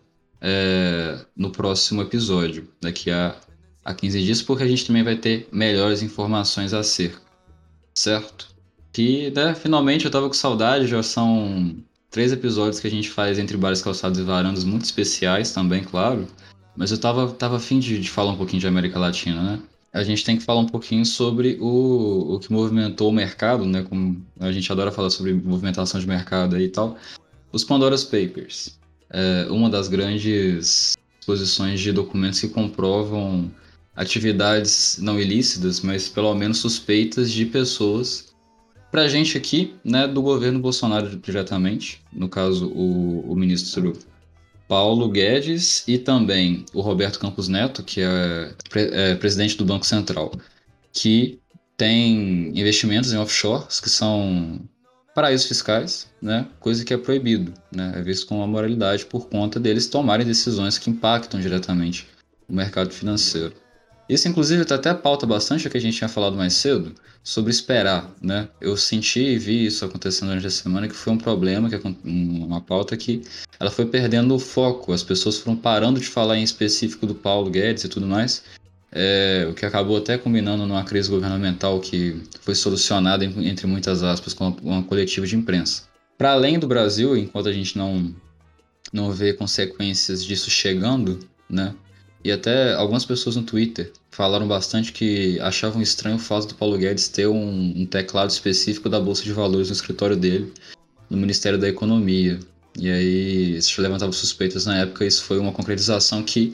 é, no próximo episódio, daqui a, a quinze dias, porque a gente também vai ter melhores informações acerca, certo? Que, né, finalmente eu tava com saudade, já são três episódios que a gente faz entre bares, calçados e varandas, muito especiais também, claro, mas eu tava, tava afim de, de falar um pouquinho de América Latina, né? A gente tem que falar um pouquinho sobre o, o que movimentou o mercado, né? Como a gente adora falar sobre movimentação de mercado aí e tal. Os Pandora's Papers. É uma das grandes exposições de documentos que comprovam atividades não ilícitas, mas pelo menos suspeitas de pessoas. Pra gente aqui, né, do governo Bolsonaro diretamente. No caso, o, o ministro Paulo Guedes e também o Roberto Campos Neto, que é, pre- é presidente do Banco Central, que tem investimentos em offshores, que são paraísos fiscais, né? Coisa que é proibido, né? É visto como uma moralidade por conta deles tomarem decisões que impactam diretamente o mercado financeiro. Isso, inclusive, tá até pauta bastante o que a gente tinha falado mais cedo, sobre esperar, né? Eu senti e vi isso acontecendo durante a semana, que foi um problema, que é uma pauta que ela foi perdendo o foco, as pessoas foram parando de falar em específico do Paulo Guedes e tudo mais, é, o que acabou até combinando numa crise governamental que foi solucionada, entre muitas aspas, com uma coletiva de imprensa. Para além do Brasil, enquanto a gente não, não vê consequências disso chegando, né? E até algumas pessoas no Twitter falaram bastante que achavam estranho o fato do Paulo Guedes ter um, um teclado específico da Bolsa de Valores no escritório dele, no Ministério da Economia. E aí isso levantava suspeitas na época, isso foi uma concretização que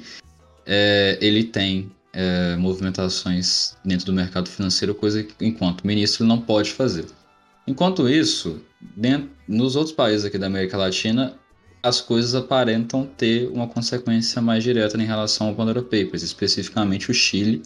é, ele tem é, movimentações dentro do mercado financeiro, coisa que, enquanto ministro, ele não pode fazer. Enquanto isso, dentro, nos outros países aqui da América Latina, as coisas aparentam ter uma consequência mais direta em relação ao Pandora Papers, especificamente o Chile,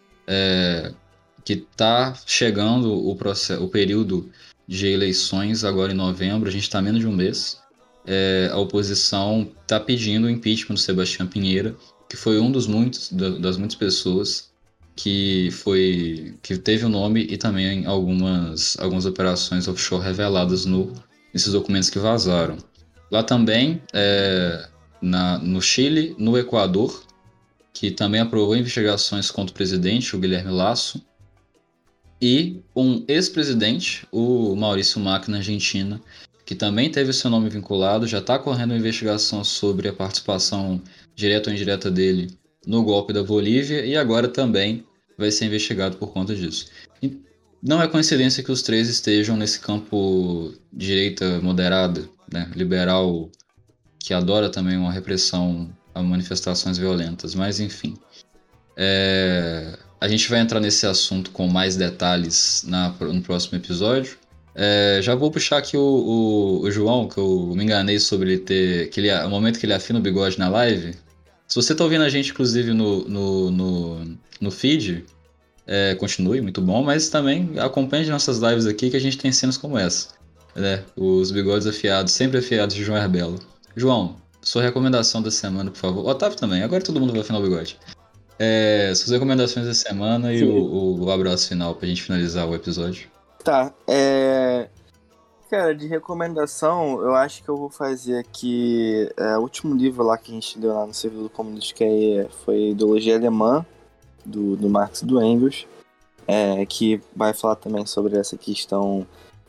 é, que está chegando o, processo, o período de eleições agora em novembro, a gente está menos de um mês, é, a oposição está pedindo o impeachment do Sebastião Pinheira, que foi um dos muitos, das muitas pessoas que, foi, que teve o nome e também algumas, algumas operações offshore reveladas no, nesses documentos que vazaram. Lá também, é, na, no Chile, no Equador, que também aprovou investigações contra o presidente, o Guilherme Lasso, e um ex-presidente, o Maurício Macri, na Argentina, que também teve seu nome vinculado, já está correndo uma investigação sobre a participação direta ou indireta dele no golpe da Bolívia, e agora também vai ser investigado por conta disso. E não é coincidência que os três estejam nesse campo direita moderada, né, liberal, que adora também uma repressão a manifestações violentas, mas enfim. É... A gente vai entrar nesse assunto com mais detalhes na, no próximo episódio. É, já vou puxar aqui o, o, o João, que eu me enganei sobre ele ter... Que ele, o momento que ele afina o bigode na live. Se você está ouvindo a gente, inclusive, no, no, no, no feed, é, continue, muito bom, mas também acompanhe nossas lives aqui, que a gente tem cenas como essa, né? Os bigodes afiados, sempre afiados de João Herbelo. João, sua recomendação da semana, por favor. Otávio também, agora todo mundo vai afinar o bigode. É, suas recomendações da semana e o, o, o abraço final pra gente finalizar o episódio. Tá, é... Cara, de recomendação, eu acho que eu vou fazer aqui é, o último livro lá que a gente deu lá no servidor comunista, que é, foi Ideologia Alemã, do, do Marx e do Engels, é, que vai falar também sobre essa questão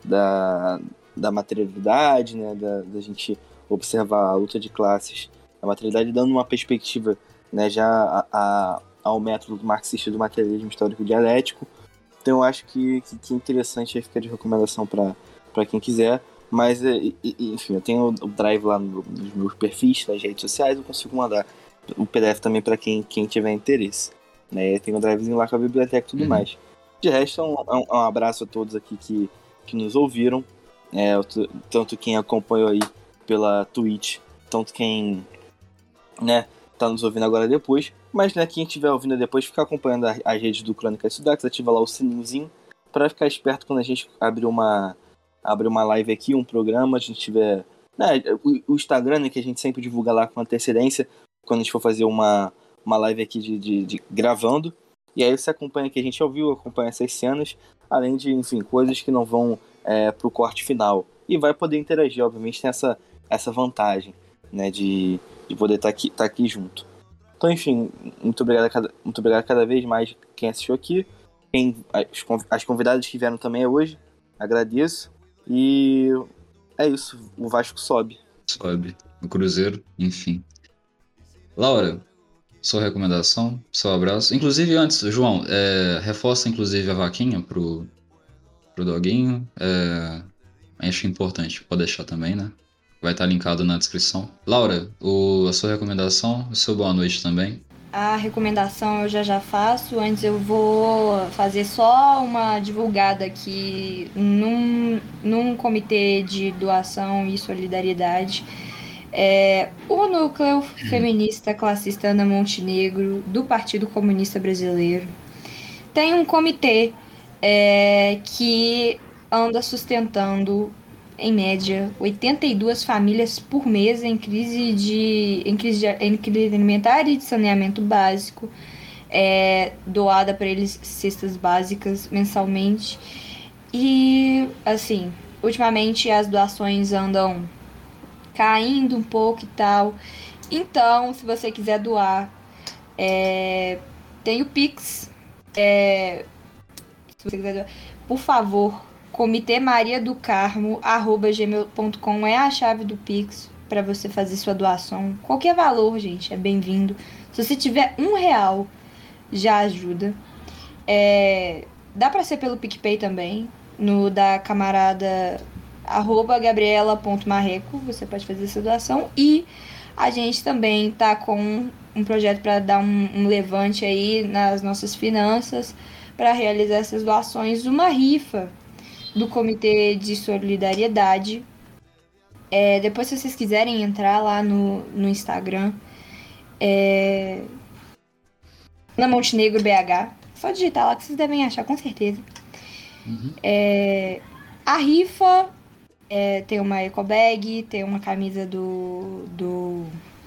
da, da materialidade, né, da, da gente observar a luta de classes, a materialidade, dando uma perspectiva, né, já a, a, ao método marxista do materialismo histórico dialético. Então eu acho que, que, que é interessante, aí fica de recomendação para para quem quiser, mas enfim, eu tenho o drive lá no, nos meus perfis, nas redes sociais, eu consigo mandar o P D F também para quem, quem tiver interesse, né? Eu tenho o drivezinho lá com a biblioteca e tudo uhum. mais. De resto, é um, é um abraço a todos aqui que, que nos ouviram, é, tanto quem acompanhou aí pela Twitch, tanto quem, né, tá nos ouvindo agora depois, mas, né, quem estiver ouvindo depois, fica acompanhando as redes do Crônicas Sudax, ativa lá o sininhozinho para ficar esperto quando a gente abrir uma abrir uma live aqui, um programa, a gente tiver... Né, o, o Instagram, né, que a gente sempre divulga lá com antecedência, quando a gente for fazer uma, uma live aqui de, de, de gravando, e aí você acompanha que a gente ouviu, acompanha essas cenas, além de, enfim, coisas que não vão é, pro corte final. E vai poder interagir, obviamente, tem essa, essa vantagem, né, de, de poder estar tá aqui, tá aqui junto. Então, enfim, muito obrigado, a cada, muito obrigado cada vez mais quem assistiu aqui, quem, as, as convidadas que vieram também hoje, agradeço. E é isso, o Vasco sobe. Sobe, o Cruzeiro, enfim. Laura, sua recomendação, seu abraço. Inclusive, antes, João, é, reforça inclusive a vaquinha pro, pro Doguinho. É, acho importante, pode deixar também, né? Vai estar linkado na descrição. Laura, o, a sua recomendação, o seu boa noite também. A recomendação eu já já faço, antes eu vou fazer só uma divulgada aqui num, num comitê de doação e solidariedade. É, o Núcleo Feminista Classista Ana Montenegro, do Partido Comunista Brasileiro, tem um comitê é, que anda sustentando, em média, oitenta e duas famílias por mês em crise, de, em crise, de, em crise alimentar e de saneamento básico, é, doada para eles cestas básicas mensalmente. E, assim, ultimamente as doações andam caindo um pouco e tal. Então, se você quiser doar, é, tem o Pix. É, se você quiser doar, por favor, comitê maria do carmo arroba gmail ponto com é a chave do Pix para você fazer sua doação. Qualquer valor, gente, é bem-vindo. Se você tiver um real, já ajuda. É, dá para ser pelo PicPay também, no da camarada arroba gabriela ponto marreco, você pode fazer essa doação. E a gente também tá com um projeto para dar um, um levante aí nas nossas finanças para realizar essas doações, uma rifa do Comitê de Solidariedade. É, depois, se vocês quiserem entrar lá no, no Instagram, é, na Montenegro B H, só digitar lá que vocês devem achar, com certeza. Uhum. É, a rifa É, tem uma eco bag, tem uma camisa do. do.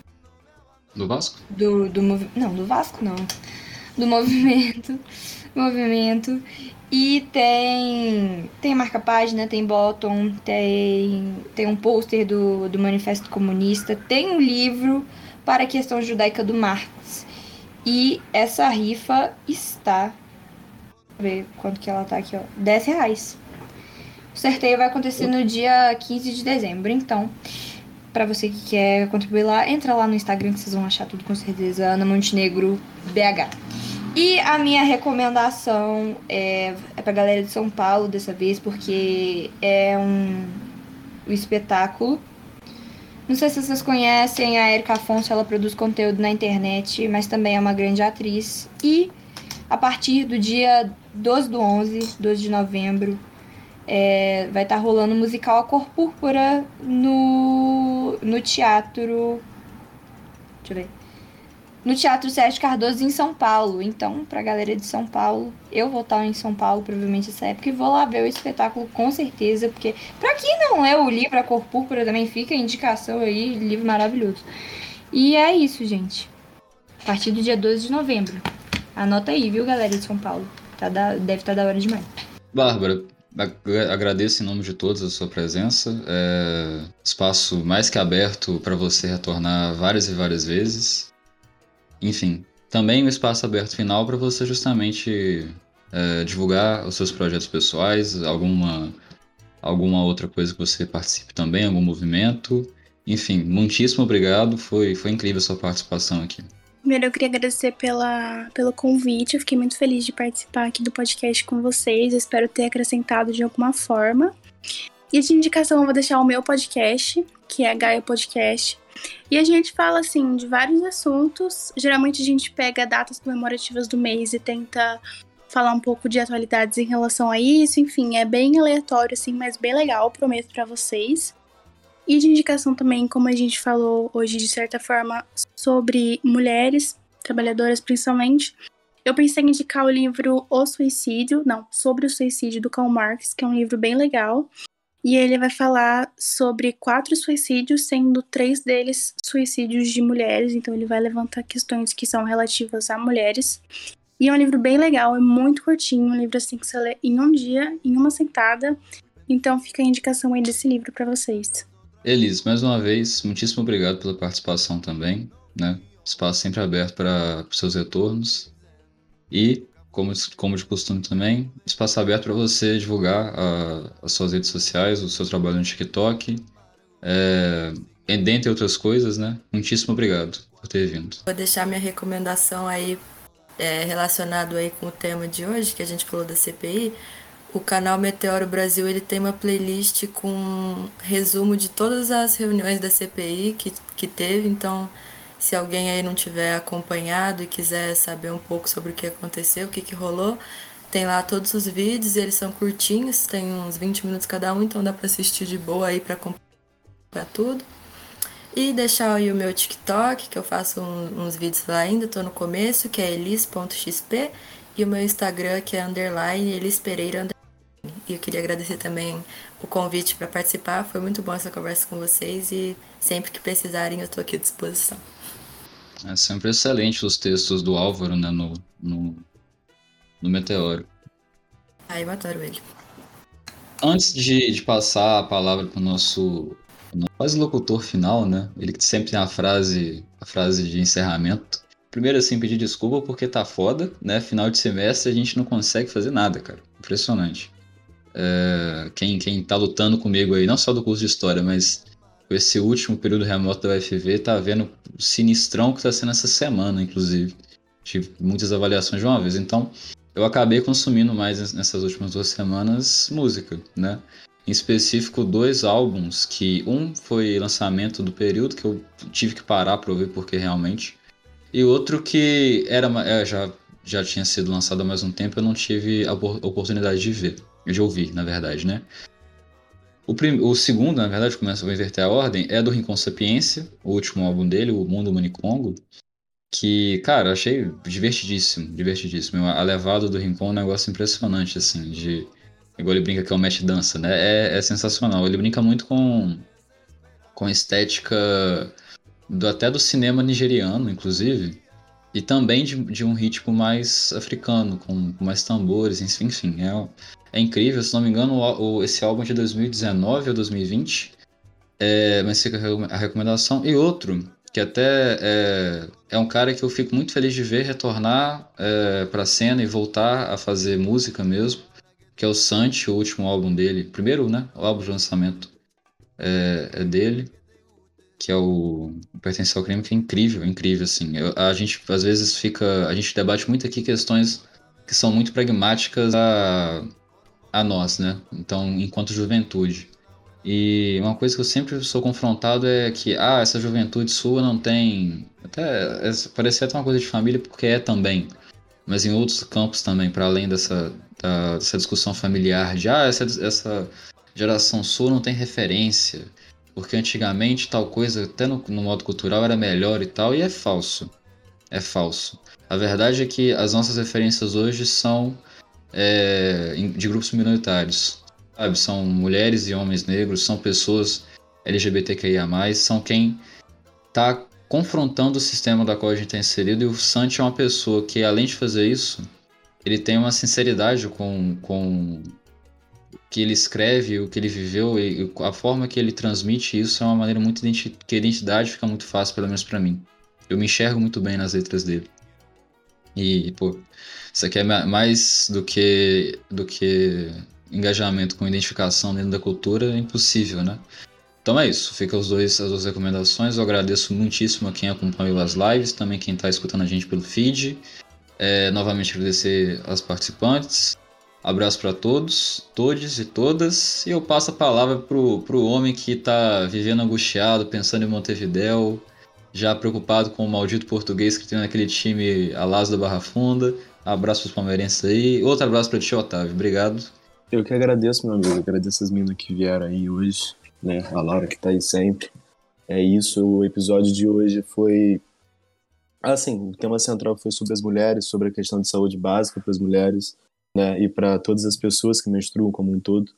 Do Vasco? do, do movi- não, do Vasco não. Do movimento. movimento. E tem. Tem marca-página, tem bottom, tem. Tem um pôster do, do Manifesto Comunista, tem um livro para a questão judaica do Marx. E essa rifa está. Deixa eu ver quanto que ela tá aqui, ó. dez reais. O sorteio vai acontecer no dia quinze de dezembro. Então, pra você que quer contribuir lá, entra lá no Instagram que vocês vão achar tudo com certeza. Ana Montenegro B H. E a minha recomendação é, é pra galera de São Paulo dessa vez, porque é um, um espetáculo. Não sei se vocês conhecem a Erika Afonso, ela produz conteúdo na internet, mas também é uma grande atriz. E a partir do dia doze do onze, doze de novembro, é, vai estar rolando o musical A Cor Púrpura no, no teatro... Deixa eu ver. No Teatro Sérgio Cardoso, em São Paulo. Então, pra galera de São Paulo, eu vou estar em São Paulo, provavelmente, essa época, e vou lá ver o espetáculo, com certeza, porque pra quem não é o livro A Cor Púrpura, também fica a indicação aí, livro maravilhoso. E é isso, gente. A partir do dia doze de novembro. Anota aí, viu, galera de São Paulo? Tá da... Deve estar da hora demais. Bárbara, ag- agradeço em nome de todos a sua presença. É espaço mais que aberto para você retornar várias e várias vezes. Enfim, também um espaço aberto final para você justamente é, divulgar os seus projetos pessoais, alguma, alguma outra coisa que você participe também, algum movimento. Enfim, muitíssimo obrigado, foi, foi incrível a sua participação aqui. Primeiro, eu queria agradecer pela, pelo convite. Eu fiquei muito feliz de participar aqui do podcast com vocês. Eu espero ter acrescentado de alguma forma. E de indicação, eu vou deixar o meu podcast, que é a Gaia Podcast. E a gente fala, assim, de vários assuntos. Geralmente a gente pega datas comemorativas do mês e tenta falar um pouco de atualidades em relação a isso. Enfim, é bem aleatório, assim, mas bem legal, prometo pra vocês. E de indicação também, como a gente falou hoje, de certa forma, sobre mulheres, trabalhadoras principalmente, eu pensei em indicar o livro O Suicídio, não, Sobre o Suicídio, do Karl Marx, que é um livro bem legal. E ele vai falar sobre quatro suicídios, sendo três deles suicídios de mulheres. Então ele vai levantar questões que são relativas a mulheres. E é um livro bem legal, é muito curtinho, um livro assim que você lê em um dia, em uma sentada. Então fica a indicação aí desse livro para vocês. Elis, mais uma vez, muitíssimo obrigado pela participação também, né? Espaço sempre aberto para os seus retornos. E, como, como de costume também, espaço aberto para você divulgar a, as suas redes sociais, o seu trabalho no TikTok, é, e dentre outras coisas, né? Muitíssimo obrigado por ter vindo. Vou deixar minha recomendação aí é, relacionado aí com o tema de hoje, que a gente falou da C P I. O canal Meteoro Brasil, ele tem uma playlist com resumo de todas as reuniões da C P I que, que teve. Então, se alguém aí não tiver acompanhado e quiser saber um pouco sobre o que aconteceu, o que, que rolou, tem lá todos os vídeos, e eles são curtinhos, tem uns vinte minutos cada um, então dá pra assistir de boa aí pra acompanhar tudo. E deixar aí o meu TikTok, que eu faço um, uns vídeos lá ainda, tô no começo, que é elis ponto x p, e o meu Instagram, que é underline Elis Pereira underline. E eu queria agradecer também o convite para participar. Foi muito bom essa conversa com vocês e sempre que precisarem eu estou aqui à disposição. É sempre excelente os textos do Álvaro, né, no, no, no Meteoro. Aí eu adoro ele. Antes de, de passar a palavra para o nosso, nosso quase locutor final, né, ele que sempre tem a frase, a frase de encerramento. Primeiro, assim, pedir desculpa porque tá foda, né? Final de semestre a gente não consegue fazer nada, cara. Impressionante. É, quem, quem tá lutando comigo aí, não só do curso de História, mas com esse último período remoto da U F V, tá vendo o sinistrão que tá sendo essa semana, inclusive. Tive muitas avaliações de uma vez. Então, eu acabei consumindo mais nessas últimas duas semanas música, né? Em específico, dois álbuns, que um foi lançamento do período, que eu tive que parar pra ouvir porque realmente... E outro que era, é, já, já tinha sido lançado há mais um tempo, eu não tive a oportunidade de ver, de ouvir, na verdade, né? O, prim, o segundo, na verdade, começa a inverter a ordem, é do Rincon Sapiência, o último álbum dele, O Mundo Manicongo, que, cara, eu achei divertidíssimo, divertidíssimo. A levada do Rincon é um negócio impressionante, assim, de igual ele brinca que é o match dança, né? É, é sensacional. Ele brinca muito com, com a estética do, até do cinema nigeriano, inclusive, e também de, de um ritmo mais africano, com, com mais tambores, enfim. É, é incrível, se não me engano, o, o, esse álbum é de dois mil e dezenove ou dois mil e vinte, é, mas fica a recomendação. E outro, que até é, é um cara que eu fico muito feliz de ver retornar é, pra cena e voltar a fazer música mesmo, que é o Santi, o último álbum dele. Primeiro, né? O álbum de lançamento é, é dele, que é o Pertence ao Crime, que é incrível, incrível, assim. Eu, a gente, às vezes, fica... A gente debate muito aqui questões que são muito pragmáticas a, a nós, né? Então, enquanto juventude. E uma coisa que eu sempre sou confrontado é que, ah, essa juventude sua não tem... Até é, parece até uma coisa de família, porque é também. Mas em outros campos também, para além dessa, da, dessa discussão familiar de, ah, essa, essa geração sua não tem referência, porque antigamente tal coisa, até no, no modo cultural, era melhor e tal, e é falso. É falso. A verdade é que as nossas referências hoje são é, de grupos minoritários. Sabe? São mulheres e homens negros, são pessoas L G B T Q I A mais, são quem está confrontando o sistema da qual a gente está inserido, e o Santi é uma pessoa que, além de fazer isso, ele tem uma sinceridade com, com o que ele escreve, o que ele viveu, e a forma que ele transmite isso é uma maneira muito identi- que a identidade fica muito fácil, pelo menos para mim. Eu me enxergo muito bem nas letras dele. E, pô, isso aqui é mais do que, do que engajamento com identificação dentro da cultura, é impossível, né? Então é isso, fica os dois, as duas recomendações. Eu agradeço muitíssimo a quem acompanhou as lives, também quem está escutando a gente pelo feed. É, novamente agradecer aos participantes. Abraço para todos, todes e todas. E eu passo a palavra pro, pro homem que está vivendo angustiado, pensando em Montevidéu, já preocupado com o maldito português que tem naquele time Alaso da Barra Funda. Abraço pros palmeirenses aí. Outro abraço para ti, Otávio. Obrigado. Eu que agradeço, meu amigo. Eu agradeço as meninas que vieram aí hoje, né? A Laura que tá aí sempre. É isso, o episódio de hoje foi... Assim, o tema central foi sobre as mulheres, sobre a questão de saúde básica para as mulheres, né? E para todas as pessoas que menstruam como um todo.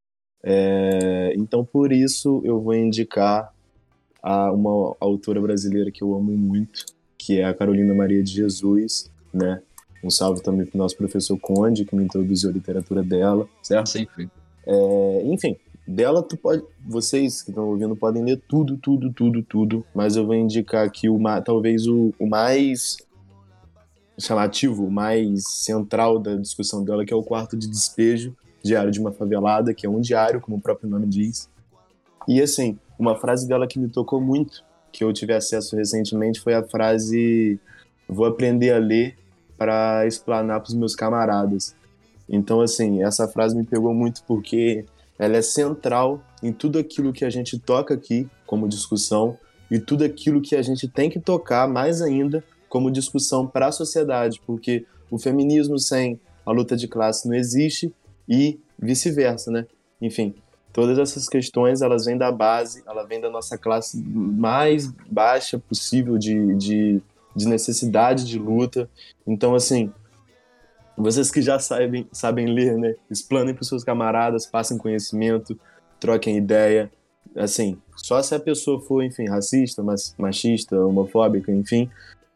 É... Então, por isso, eu vou indicar a uma autora brasileira que eu amo muito, que é a Carolina Maria de Jesus, né? Um salve também pro nosso professor Conde, que me introduziu a literatura dela, certo? Sempre. É, enfim, dela tu pode, vocês que estão ouvindo podem ler tudo, tudo, tudo, tudo, mas eu vou indicar aqui uma, talvez o, o mais chamativo, o mais central da discussão dela, que é o Quarto de Despejo, Diário de uma Favelada, que é um diário, como o próprio nome diz. E assim, uma frase dela que me tocou muito, que eu tive acesso recentemente, foi a frase: vou aprender a ler para explanar para os meus camaradas. Então, assim, essa frase me pegou muito porque ela é central em tudo aquilo que a gente toca aqui como discussão e tudo aquilo que a gente tem que tocar mais ainda como discussão para a sociedade, porque o feminismo sem a luta de classe não existe e vice-versa, né? Enfim, todas essas questões, elas vêm da base, ela vem da nossa classe mais baixa possível de, de, de necessidade de luta. Então, assim, vocês que já sabem, sabem ler, né? Explanem para os seus camaradas, passem conhecimento, troquem ideia. Assim, só se a pessoa for, enfim, racista, machista, homofóbica, enfim,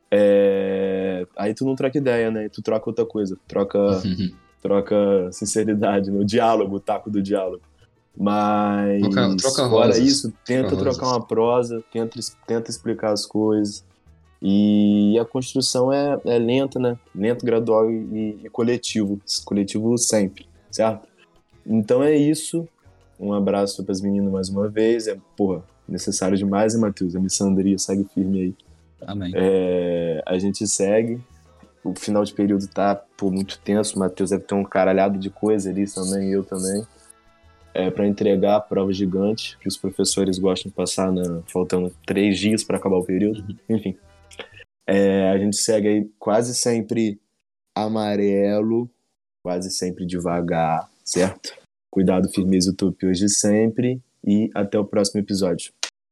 é... aí tu não troca ideia, né? Tu troca outra coisa, troca, troca sinceridade, né? O diálogo, o taco do diálogo. Mas, troca, troca fora rosas. isso, tenta troca trocar rosas. uma prosa, tenta, tenta explicar as coisas. E a construção é, é lenta, né? Lento, gradual e, e coletivo. Coletivo sempre, certo? Então é isso. Um abraço para as meninas mais uma vez. É, porra, necessário demais, hein, Matheus? A missandria segue firme aí. Amém. É, a gente segue. O final de período tá, pô, muito tenso. O Matheus deve ter um caralhado de coisa ali também, eu também. É, para entregar a prova gigante, que os professores gostam de passar na, faltando três dias para acabar o período. Uhum. Enfim. É, a gente segue aí quase sempre amarelo, quase sempre devagar, certo? Cuidado, firmeza e utopia hoje sempre. E até o próximo episódio.